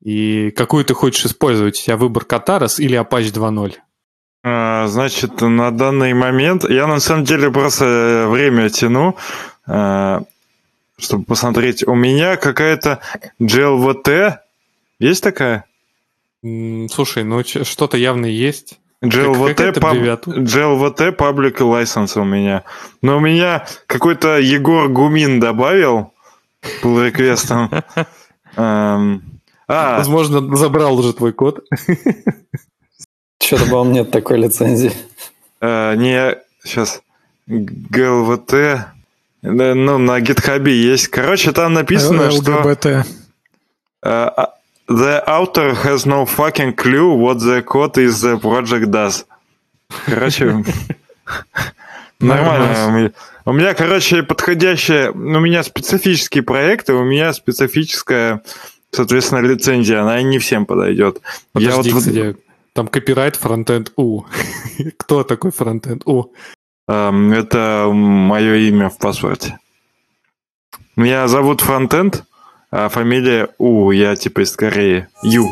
И какую ты хочешь использовать? У тебя выбор Катарос или Apache два ноль? А, значит, на данный момент я на самом деле просто время тяну, а, чтобы посмотреть. У меня какая-то джи эл ви ти. Есть такая? Слушай, ну что-то явно есть. джи эл ви ти, паб... джи эл ви ти Public License у меня. Но у меня какой-то Егор Гумин добавил pull реквестом. um, а. Возможно, забрал уже твой код. Что-то, по-моему, нет такой лицензии. Uh, не, сейчас. джи эл ви ти. Ну, на GitHub есть. Короче, там написано, что... Uh, the author has no fucking clue what the code is the project does. Короче, нормально. У меня, короче, подходящая... У меня специфические проекты, у меня специфическая, соответственно, лицензия. Она не всем подойдет. Подожди, Я кстати, вот... там копирайт фронтенд У. Кто такой фронтенд У? Um, это мое имя в паспорте. Меня зовут фронтенд, а фамилия У, я типа из Кореи. Ю.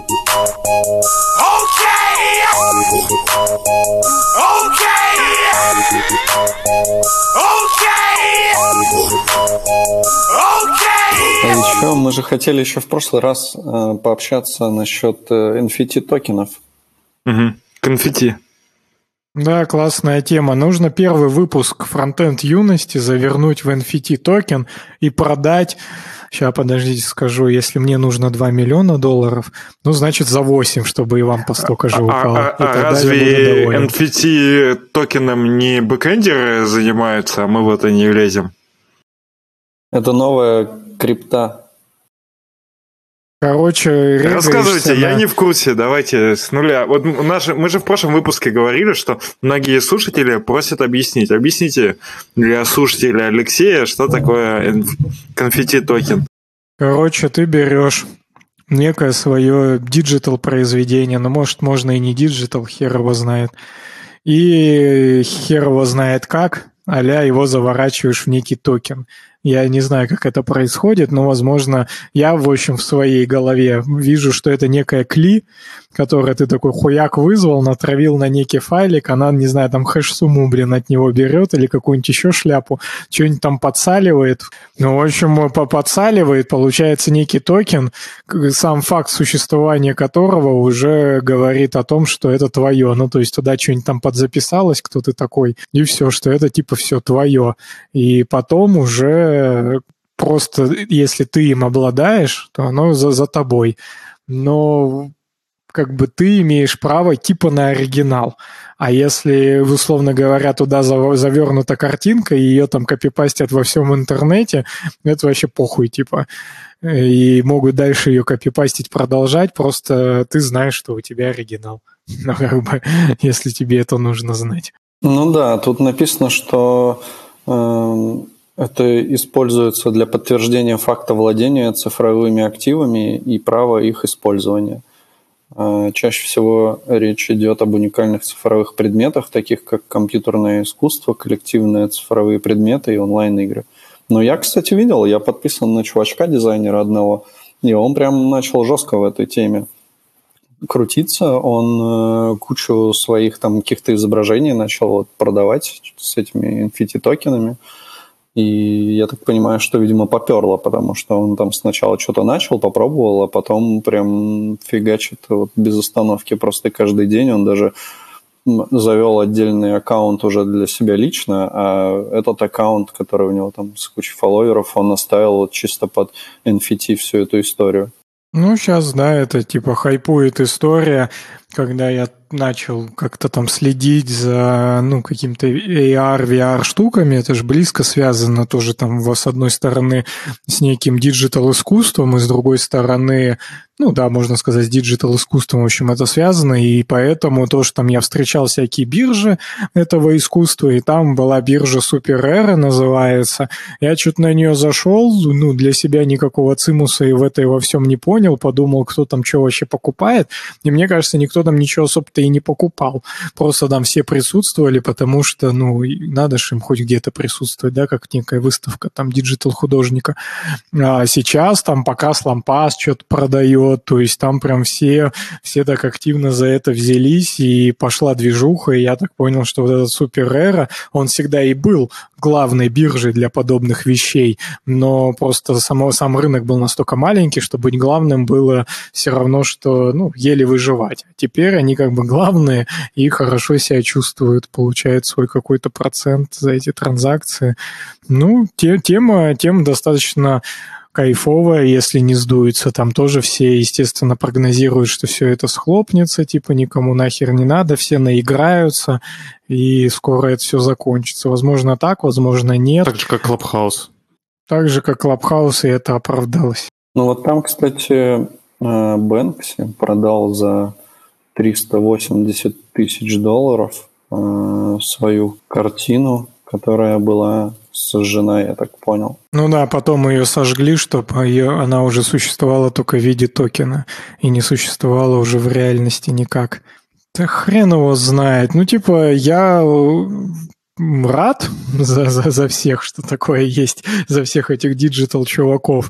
А еще мы же хотели еще в прошлый раз э, пообщаться насчет э, эн эф ти токенов. Угу. Конфетти. Да, классная тема. Нужно первый выпуск фронтенд юности завернуть в эн эф ти токен и продать. Сейчас, подождите, скажу, если мне нужно два миллиона долларов, ну, значит, за восемь, чтобы и вам по столько же упало. А, а, а разве эн эф ти токеном не бэкэндеры занимаются, а мы в это не лезем? Это новая крипта. Короче, рассказывайте, на... я не в курсе, давайте с нуля. Вот наши, мы же в прошлом выпуске говорили, что многие слушатели просят объяснить. Объясните для слушателя Алексея, что такое конфетти токен. Короче, ты берешь некое свое диджитал произведение, но может можно и не диджитал, хер его знает. И хер его знает как, а-ля его заворачиваешь в некий токен. Я не знаю, как это происходит, но, возможно, я, в общем, в своей голове вижу, что это некая кли, которое ты такой хуяк вызвал, натравил на некий файлик, она, не знаю, там хэш-сумму, блин, от него берет или какую-нибудь еще шляпу, что-нибудь там подсаливает. Ну, в общем, подсаливает, получается некий токен, сам факт существования которого уже говорит о том, что это твое. Ну, то есть туда что-нибудь там подзаписалось, кто ты такой, и все, что это типа все твое. И потом уже просто, если ты им обладаешь, то оно за, за тобой. Но как бы ты имеешь право типа на оригинал. А если, условно говоря, туда завернута картинка, и ее там копипастят во всем интернете, это вообще похуй, типа. И могут дальше ее копипастить, продолжать, просто ты знаешь, что у тебя оригинал. Ну, как бы, если тебе это нужно знать. Ну да, тут написано, что э, это используется для подтверждения факта владения цифровыми активами и права их использования. Чаще всего речь идет об уникальных цифровых предметах, таких как компьютерное искусство, коллективные цифровые предметы и онлайн-игры. Но я, кстати, видел, я подписан на чувачка, дизайнера одного, и он прям начал жестко в этой теме крутиться. Он кучу своих там каких-то изображений начал вот продавать с этими эн эф ти токенами. И я так понимаю, что, видимо, поперло, потому что он там сначала что-то начал, попробовал, а потом прям фигачит вот без остановки просто каждый день. Он даже завел отдельный аккаунт уже для себя лично, а этот аккаунт, который у него там с кучей фолловеров, он оставил вот чисто под эн эф ти всю эту историю. Ну, сейчас, да, это типа хайпует история, когда я начал как-то там следить за, ну, какими-то эй ар, ви ар штуками, это же близко связано тоже там с одной стороны с неким диджитал-искусством, и с другой стороны, ну да, можно сказать, с диджитал-искусством, в общем, это связано, и поэтому то, что там я встречал всякие биржи этого искусства, и там была биржа SuperRare, называется, я что-то на нее зашел, ну, для себя никакого цимуса и в этой во всем не понял, подумал, кто там что вообще покупает, и мне кажется, никто никто там ничего особо-то и не покупал. Просто там все присутствовали, потому что, ну, надо же им хоть где-то присутствовать, да, как некая выставка там диджитал-художника. А сейчас там показ лампас что-то продает, то есть там прям все, все так активно за это взялись, и пошла движуха, и я так понял, что вот этот Super Rare, он всегда и был главной биржей для подобных вещей, но просто само, сам рынок был настолько маленький, что быть главным было все равно, что, ну, еле выживать. А теперь они как бы главные и хорошо себя чувствуют, получают свой какой-то процент за эти транзакции. Ну, те, тема, тема достаточно кайфовая, если не сдуется. Там тоже все, естественно, прогнозируют, что все это схлопнется, типа никому нахер не надо, все наиграются, и скоро это все закончится. Возможно, так, возможно, нет. Так же, как Clubhouse. Так же, как Clubhouse, и это оправдалось. Ну вот там, кстати, Бэнкси продал за триста восемьдесят тысяч долларов свою картину, которая была сожжена, я так понял. Ну да, потом ее сожгли, чтобы ее, она уже существовала только в виде токена и не существовала уже в реальности никак. Да хрен его знает. Ну типа я рад за, за, за всех, что такое есть, за всех этих диджитал-чуваков.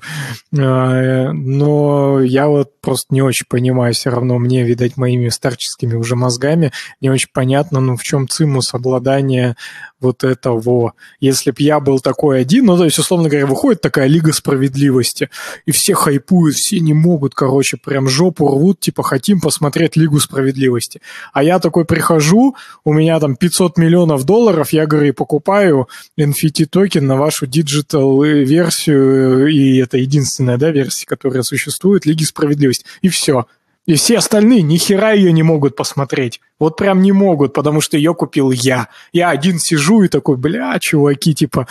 Но я вот просто не очень понимаю, все равно мне, видать, моими старческими уже мозгами не очень понятно, ну, в чем цимус обладания вот этого. Если б я был такой один, ну, то есть, условно говоря, выходит такая Лига Справедливости, и все хайпуют, все не могут, короче, прям жопу рвут, типа, хотим посмотреть Лигу Справедливости. А я такой прихожу, у меня там пятьсот миллионов долларов, я, говорю, покупаю эн эф ти-токен на вашу диджитал-версию, и это единственная, да, версия, которая существует, Лиги Справедливости. И все. И все остальные ни хера ее не могут посмотреть. Вот прям не могут, потому что ее купил я. Я один сижу и такой, бля, чуваки, типа,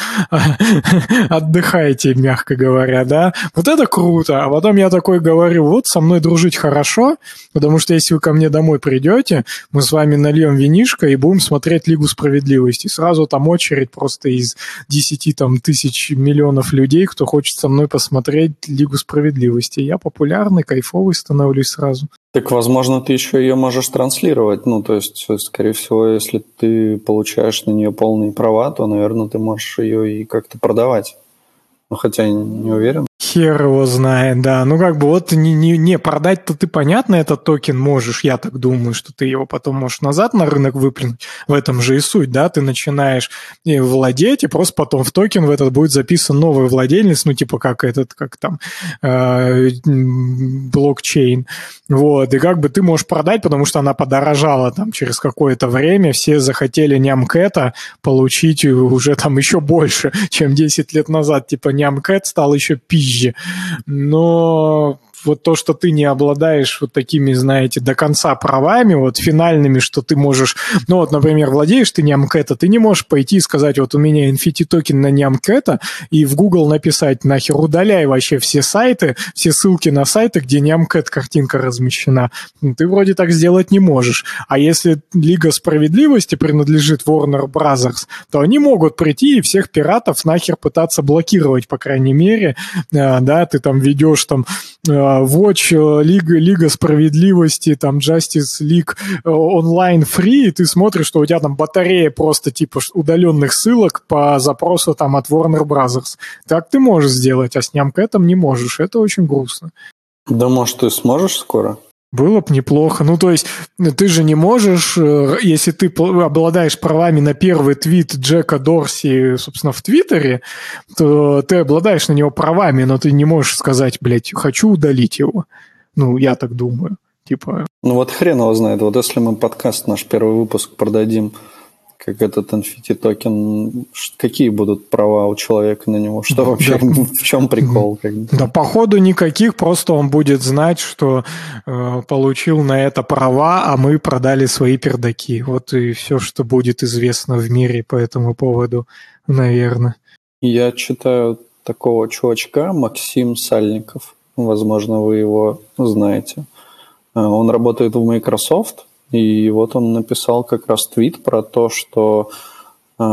отдыхайте, мягко говоря, да. Вот это круто. А потом я такой говорю, вот со мной дружить хорошо, потому что если вы ко мне домой придете, мы с вами нальем винишко и будем смотреть Лигу Справедливости. Сразу там очередь просто из десяти там, тысяч миллионов людей, кто хочет со мной посмотреть Лигу Справедливости. Я популярный, кайфовый становлюсь сразу. Так, возможно, ты еще ее можешь транслировать. Ну, то есть, скорее всего, если ты получаешь на нее полные права, то, наверное, ты можешь ее и как-то продавать. Ну, хотя я не уверен. Хер его знает, да. Ну, как бы вот не, не, не продать-то ты, понятно, этот токен можешь. Я так думаю, что ты его потом можешь назад на рынок выплюнуть. В этом же и суть, да. Ты начинаешь владеть, и просто потом в токен в этот будет записан новый владелец, ну, типа как этот, как там, э, блокчейн. Вот. И как бы ты можешь продать, потому что она подорожала там через какое-то время. Все захотели нямкэта получить уже там еще больше, чем десять лет назад. Типа нямкэт стал еще пизже. Но вот то, что ты не обладаешь вот такими, знаете, до конца правами, вот финальными, что ты можешь, ну вот, например, владеешь ты нямкэта, ты не можешь пойти и сказать, вот у меня эн эф ти-токен на нямкэта, и в Google написать, нахер удаляй вообще все сайты, все ссылки на сайты, где нямкэт картинка размещена. Ты вроде так сделать не можешь. А если Лига Справедливости принадлежит Warner Brothers, то они могут прийти и всех пиратов нахер пытаться блокировать, по крайней мере, да, ты там ведешь там Watch, Лига, Лига Справедливости, там Justice League онлайн free, и ты смотришь, что у тебя там батарея просто типа удаленных ссылок по запросу там от Warner Brothers. Так ты можешь сделать, а с нямкэтом не можешь. Это очень грустно. Да, может, ты сможешь скоро? Было бы неплохо. Ну, то есть, ты же не можешь, если ты обладаешь правами на первый твит Джека Дорси, собственно, в Твиттере, то ты обладаешь на него правами, но ты не можешь сказать, блядь, хочу удалить его. Ну, я так думаю. Типа... Ну, вот хрен его знает. Вот если мы подкаст, наш первый выпуск продадим, как этот эн эф ти-токен, какие будут права у человека на него? Что вообще, да, в чем прикол? Да, походу никаких, просто он будет знать, что э, получил на это права, а мы продали свои пердаки. Вот и все, что будет известно в мире по этому поводу, наверное. Я читаю такого чувачка, Максим Сальников. Возможно, вы его знаете. Он работает в Microsoft. И вот он написал как раз твит про то, что э,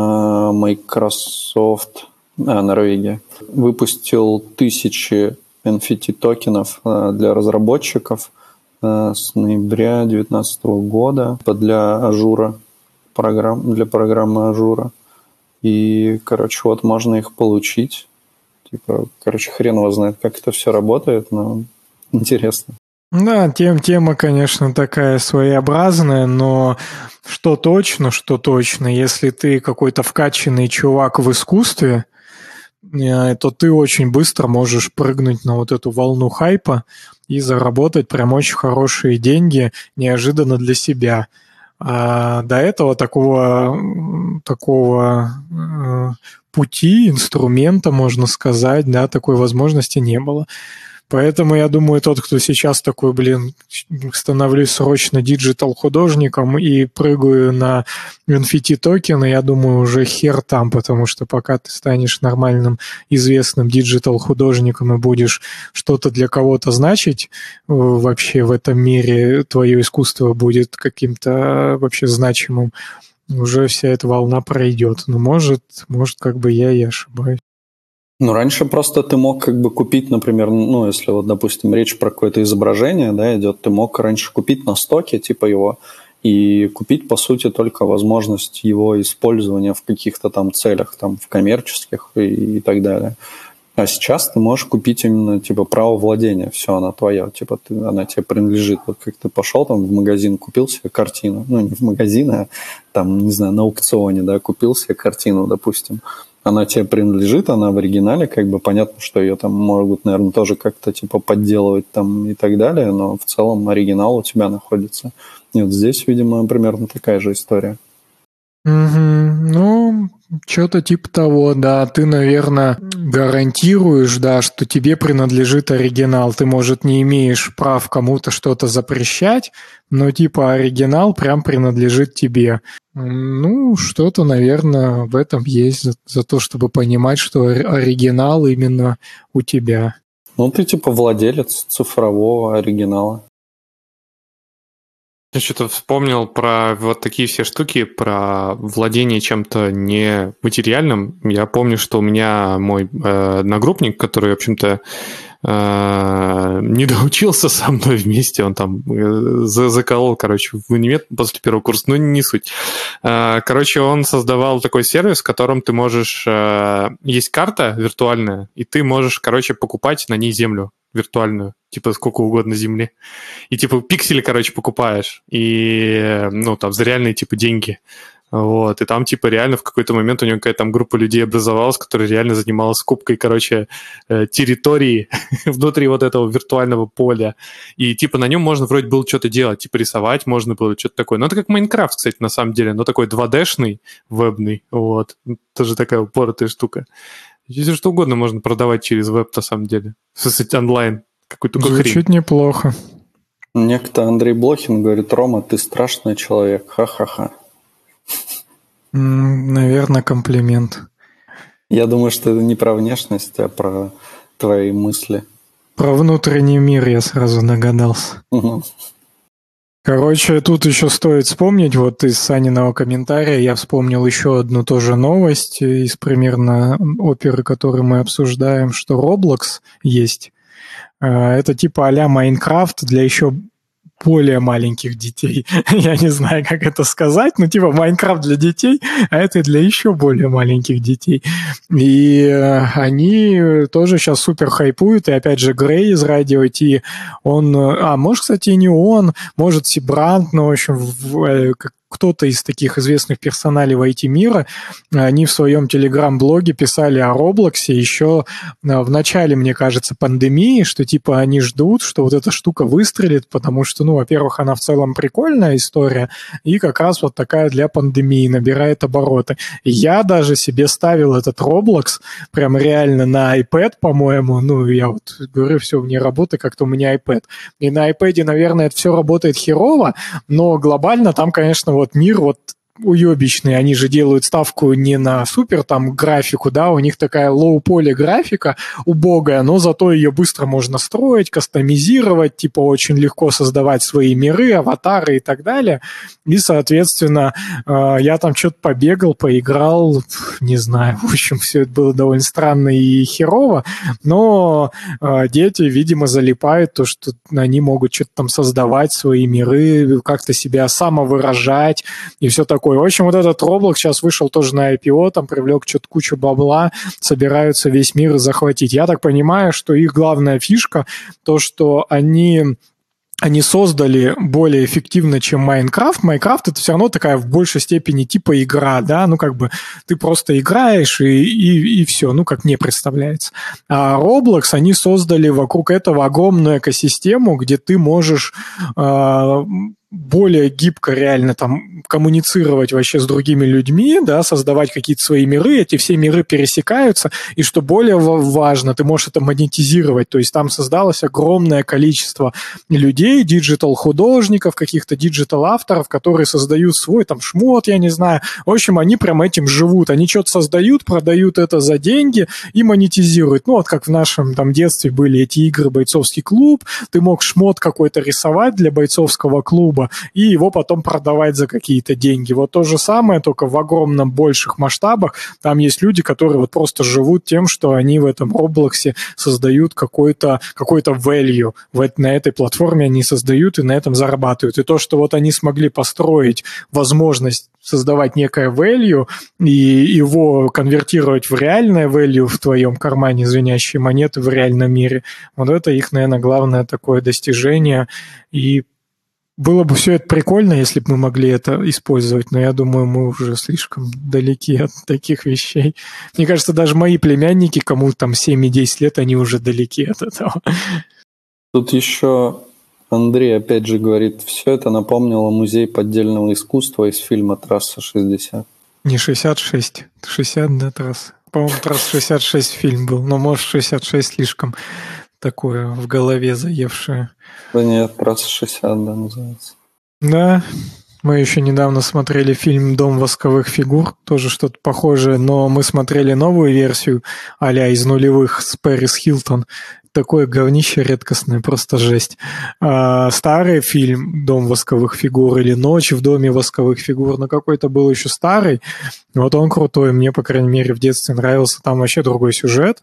Microsoft, а, Норвегия, выпустил тысячи эн эф ти-токенов э, для разработчиков с ноября две тысячи девятнадцатого года для Ажура, программ, для программы Ажура. И, короче, вот можно их получить. Типа, короче, хрен его знает, как это все работает, но интересно. Да, тем, тема, конечно, такая своеобразная, но что точно, что точно, если ты какой-то вкачанный чувак в искусстве, то ты очень быстро можешь прыгнуть на вот эту волну хайпа и заработать прям очень хорошие деньги неожиданно для себя. А до этого такого, такого э, пути, инструмента, можно сказать, да, такой возможности не было. Поэтому я думаю, тот, кто сейчас такой, блин, становлюсь срочно диджитал-художником и прыгаю на эн эф ти-токены, я думаю, уже хер там, потому что пока ты станешь нормальным, известным диджитал-художником и будешь что-то для кого-то значить вообще в этом мире, твое искусство будет каким-то вообще значимым, уже вся эта волна пройдет. Но может, может, как бы я и ошибаюсь. Ну, раньше просто ты мог как бы купить, например, ну, если вот, допустим, речь про какое-то изображение, да, идет, ты мог раньше купить на стоке, типа его, и купить, по сути, только возможность его использования в каких-то там целях, там, в коммерческих и, и так далее. А сейчас ты можешь купить именно, типа, право владения, все, она твоя, типа, ты, она тебе принадлежит. Вот как ты пошел там в магазин, купил себе картину, ну, не в магазине, а там, не знаю, на аукционе, да, купил себе картину, допустим, она тебе принадлежит, она в оригинале, как бы понятно, что ее там могут, наверное, тоже как-то типа подделывать там и так далее, но в целом оригинал у тебя находится. И вот здесь, видимо, примерно такая же история. Угу. Ну, что-то типа того, да. Ты, наверное, гарантируешь, да, что тебе принадлежит оригинал. Ты, может, не имеешь прав кому-то что-то запрещать, но типа оригинал прям принадлежит тебе. Ну, что-то, наверное, в этом есть за, за то, чтобы понимать, что оригинал именно у тебя. Ну, ты типа владелец цифрового оригинала. Я что-то вспомнил про вот такие все штуки, про владение чем-то нематериальным. Я помню, что у меня мой э, одногруппник, который, в общем-то, э, не доучился со мной вместе, он там э, заколол, короче, в универ после первого курса, но не суть. Э, короче, он создавал такой сервис, в котором ты можешь... Э, есть карта виртуальная, и ты можешь, короче, покупать на ней землю виртуальную, типа сколько угодно земли. И типа пиксели, короче, покупаешь. И, ну, там, за реальные, типа, деньги. Вот. И там, типа, реально в какой-то момент у него какая-то там группа людей образовалась, которая реально занималась скупкой, короче, территории внутри вот этого виртуального поля. И, типа, на нем можно вроде было что-то делать, типа, рисовать можно было, что-то такое. Ну, это как Майнкрафт, кстати, на самом деле, но такой два дэ-шный, вебный, вот. Тоже такая упоротая штука. Если что угодно можно продавать через веб, на самом деле. В смысле, онлайн. Какой-то Звучит хрень. неплохо. Некто Андрей Блохин говорит: Рома, ты страшный человек. Ха-ха-ха. М, наверное, комплимент. Я думаю, что это не про внешность, а про твои мысли. Про внутренний мир я сразу догадался. Угу. Короче, тут еще стоит вспомнить, вот из Саниного комментария я вспомнил еще одну тоже новость из примерно оперы, которую мы обсуждаем, что Roblox есть. Это типа а-ля Майнкрафт для еще более маленьких детей. Я не знаю, как это сказать, но типа Майнкрафт для детей, а это для еще более маленьких детей. И они тоже сейчас супер хайпуют, и опять же Грей из Радио Ти, он, а может, кстати, и не он, может, Сибрант, ну, в общем, в, как кто-то из таких известных персоналей в ай ти-мира, они в своем телеграм-блоге писали о Роблоксе еще в начале, мне кажется, пандемии, что типа они ждут, что вот эта штука выстрелит, потому что, ну, во-первых, она в целом прикольная история, и как раз вот такая для пандемии, набирает обороты. И я даже себе ставил этот Roblox прям реально на iPad, по-моему, ну, я вот говорю, все вне работы, как-то у меня iPad. И на iPad, наверное, это все работает херово, но глобально там, конечно, вот мир вот уебищные, они же делают ставку не на супер там графику, да, у них такая лоу-поле графика убогая, но зато ее быстро можно строить, кастомизировать, типа очень легко создавать свои миры, аватары и так далее. И, соответственно, я там что-то побегал, поиграл, не знаю, в общем, все это было довольно странно и херово, но дети, видимо, залипают то, что они могут что-то там создавать, свои миры, как-то себя самовыражать и все такое. В общем, вот этот Roblox сейчас вышел тоже на ай пи о, там привлек что-то кучу бабла, собираются весь мир захватить. Я так понимаю, что их главная фишка, то, что они... они создали более эффективно, чем Майнкрафт. Майнкрафт — это все равно такая в большей степени типа игра, да, ну как бы ты просто играешь и, и, и все, ну как мне представляется. А Roblox они создали вокруг этого огромную экосистему, где ты можешь... Э, более гибко реально там коммуницировать вообще с другими людьми, да, создавать какие-то свои миры, эти все миры пересекаются, и что более важно, ты можешь это монетизировать, то есть там создалось огромное количество людей, диджитал-художников, каких-то диджитал-авторов, которые создают свой там шмот, я не знаю, в общем, они прям этим живут, они что-то создают, продают это за деньги и монетизируют, ну вот как в нашем там детстве были эти игры «Бойцовский клуб», ты мог шмот какой-то рисовать для бойцовского клуба, и его потом продавать за какие-то деньги. Вот то же самое, только в огромном больших масштабах. Там есть люди, которые вот просто живут тем, что они в этом Роблоксе создают какой-то, какой-то value. Вот на этой платформе они создают и на этом зарабатывают. И то, что вот они смогли построить возможность создавать некое value и его конвертировать в реальное value в твоем кармане, звенящие монеты в реальном мире, вот это их, наверное, главное такое достижение. И было бы все это прикольно, если бы мы могли это использовать, но я думаю, мы уже слишком далеки от таких вещей. Мне кажется, даже мои племянники, кому там семь и десять лет, они уже далеки от этого. Тут еще Андрей опять же говорит, все это напомнило музей поддельного искусства из фильма «Трасса шестьдесят». Не шестьдесят шесть, шестьдесят, да, трасса. По-моему, «Трасса шестьдесят шесть» фильм был, но, может, шестьдесят шесть слишком такое в голове заевшее. Да нет, «Трасса шестьдесят», да, называется. Да, мы еще недавно смотрели фильм «Дом восковых фигур», тоже что-то похожее, но мы смотрели новую версию а-ля из нулевых с Пэрис Хилтон. Такое говнище редкостное, просто жесть. А старый фильм «Дом восковых фигур» или «Ночь в доме восковых фигур», но какой-то был еще старый, вот он крутой, мне, по крайней мере, в детстве нравился, там вообще другой сюжет,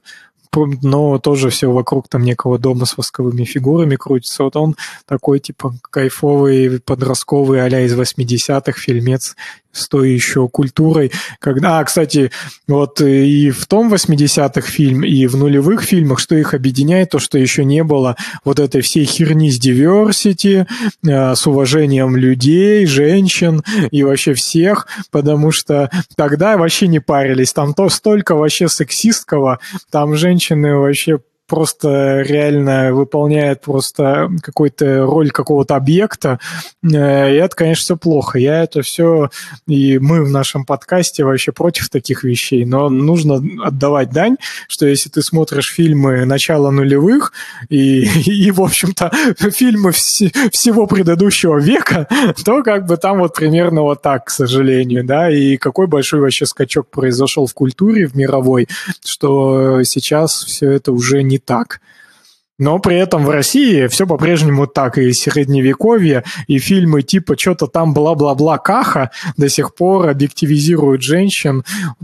но тоже все вокруг там некого дома с восковыми фигурами крутится. Вот он такой, типа, кайфовый, подростковый а-ля из восьмидесятых фильмец с той еще культурой. Когда, а, кстати, вот и в том восьмидесятых фильм, и в нулевых фильмах, что их объединяет, то, что еще не было вот этой всей херни с diversity, э, с уважением людей, женщин и вообще всех, потому что тогда вообще не парились. Там то столько вообще сексистского, там женщины вообще просто реально выполняет просто какую-то роль какого-то объекта, и это, конечно, все плохо. Я это все, и мы в нашем подкасте вообще против таких вещей, но нужно отдавать дань, что если ты смотришь фильмы начала нулевых и, и в общем-то, фильмы вс- всего предыдущего века, то как бы там вот примерно вот так, к сожалению, да, и какой большой вообще скачок произошел в культуре, в мировой, что сейчас все это уже не так. Но при этом в России все по-прежнему так, и средневековье, и фильмы типа что-то там бла-бла-бла Каха до сих пор объективизируют женщин,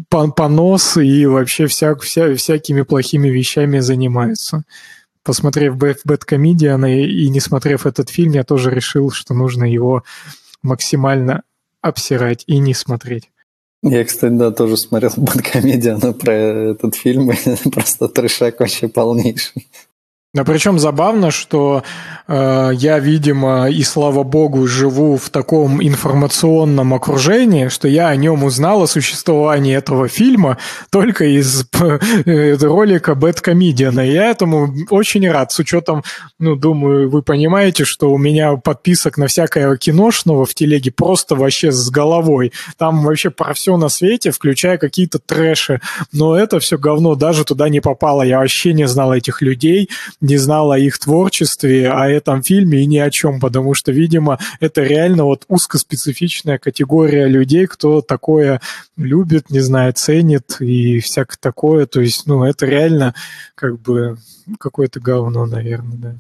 понос и вообще вся, вся, всякими плохими вещами занимаются. Посмотрев Бэдкомедиан и, и не смотрев этот фильм, я тоже решил, что нужно его максимально обсирать и не смотреть. Я, кстати, да, тоже смотрел Бэдкомедиан про этот фильм, и просто трешак вообще полнейший. А причем забавно, что э, я, видимо, и слава богу, живу в таком информационном окружении, что я о нем узнал, о существовании этого фильма только из э, ролика Бэдкомедиана. Я этому очень рад, с учетом, ну, думаю, вы понимаете, что у меня подписок на всякое киношного в телеге просто вообще с головой. Там вообще про все на свете, включая какие-то трэши. Но это все говно даже туда не попало. Я вообще не знал этих людей. не знал о их творчестве, о этом фильме и ни о чем, потому что, видимо, это реально вот узкоспецифичная категория людей, кто такое любит, не знаю, ценит и всякое такое. То есть, ну, это реально как бы какое-то говно, наверное, да.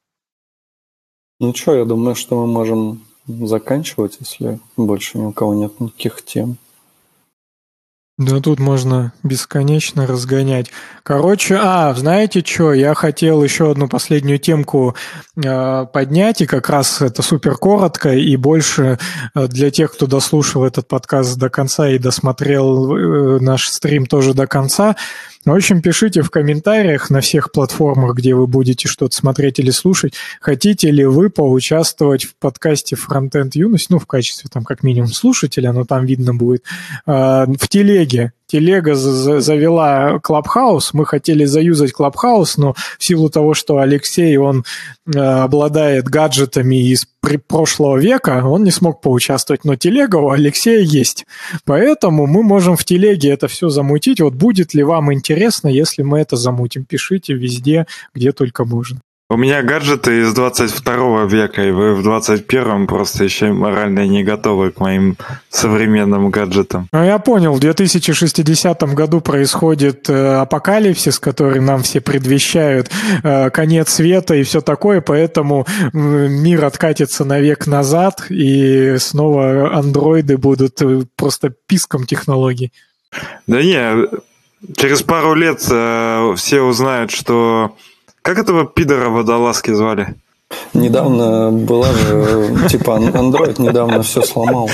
Ну что, я думаю, что мы можем заканчивать, если больше ни у кого нет никаких тем. Да тут можно бесконечно разгонять. Короче, а, знаете что, я хотел еще одну последнюю темку э, поднять, и как раз это супер коротко, и больше э, для тех, кто дослушал этот подкаст до конца и досмотрел э, наш стрим тоже до конца. В общем, пишите в комментариях на всех платформах, где вы будете что-то смотреть или слушать, хотите ли вы поучаствовать в подкасте «Фронтенд Юность», ну, в качестве, там, как минимум, слушателя, но там видно будет, э, в телеге. Телега завела Clubhouse, мы хотели заюзать Clubhouse, но в силу того, что Алексей, он э, обладает гаджетами из прошлого века, он не смог поучаствовать, но телега у Алексея есть. Поэтому мы можем в телеге это все замутить. Вот будет ли вам интересно, если мы это замутим? Пишите везде, где только можно. У меня гаджеты из двадцать второго века, и вы в двадцать первом просто еще морально не готовы к моим современным гаджетам. Ну, я понял, в две тысячи шестидесятом году происходит э, апокалипсис, который нам все предвещают, э, конец света и все такое, поэтому э, мир откатится на век назад, и снова андроиды будут э, просто писком технологий. Да не, через пару лет э, все узнают, что... Как этого пидора водолазки звали? Недавно была же, типа, Android недавно все сломал.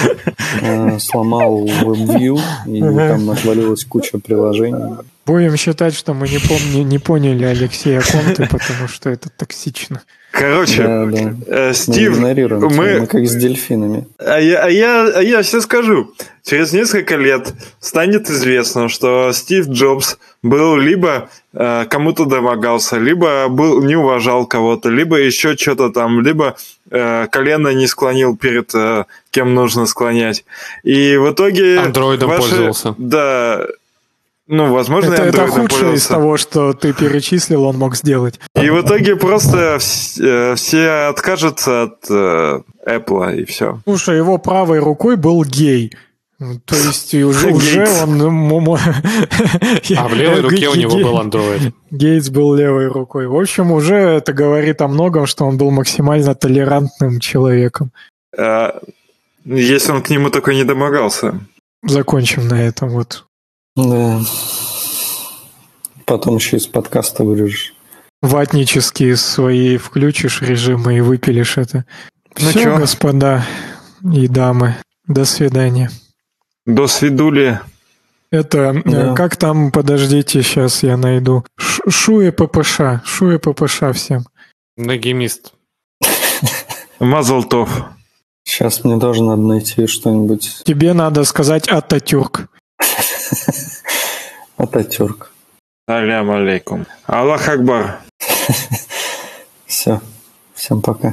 Сломал WebView, и там отвалилась куча приложений. Будем считать, что мы не, помни, не поняли Алексея Конты, потому что это токсично. Короче, да, да. Э, Стив, мы игнорируем, мы... мы как с дельфинами. А я, а, я, а я все скажу. Через несколько лет станет известно, что Стив Джобс был либо э, кому-то домогался, либо был, не уважал кого-то, либо еще что-то там, либо э, колено не склонил перед э, кем нужно склонять. И в итоге... Андроидом ваши... пользовался. Да... Ну, возможно, это, это худшее пользовался. Из того, что ты перечислил, он мог сделать. И в итоге просто все, все откажутся от э, Apple, и все. Слушай, его правой рукой был гей. То есть уже, уже он... А в левой руке у него был Android. Гейтс был левой рукой. В общем, уже это говорит о многом, что он был максимально толерантным человеком. А, если он к нему только не домогался. Закончим на этом вот. Да. Потом еще из подкаста вырежешь. Ватнические свои включишь режимы и выпилишь это. Ну все, чё? Господа и дамы, до свидания. До свидули. Это, да. Как там, подождите, сейчас я найду. Ш- Шуе ППШ. Шуе ППШ всем. Нагимист. Мазалтов. Сейчас мне тоже надо найти что-нибудь. Тебе надо сказать Ататюрк. Ататюрк. Алям алейкум. Аллах Акбар. Все. Всем пока.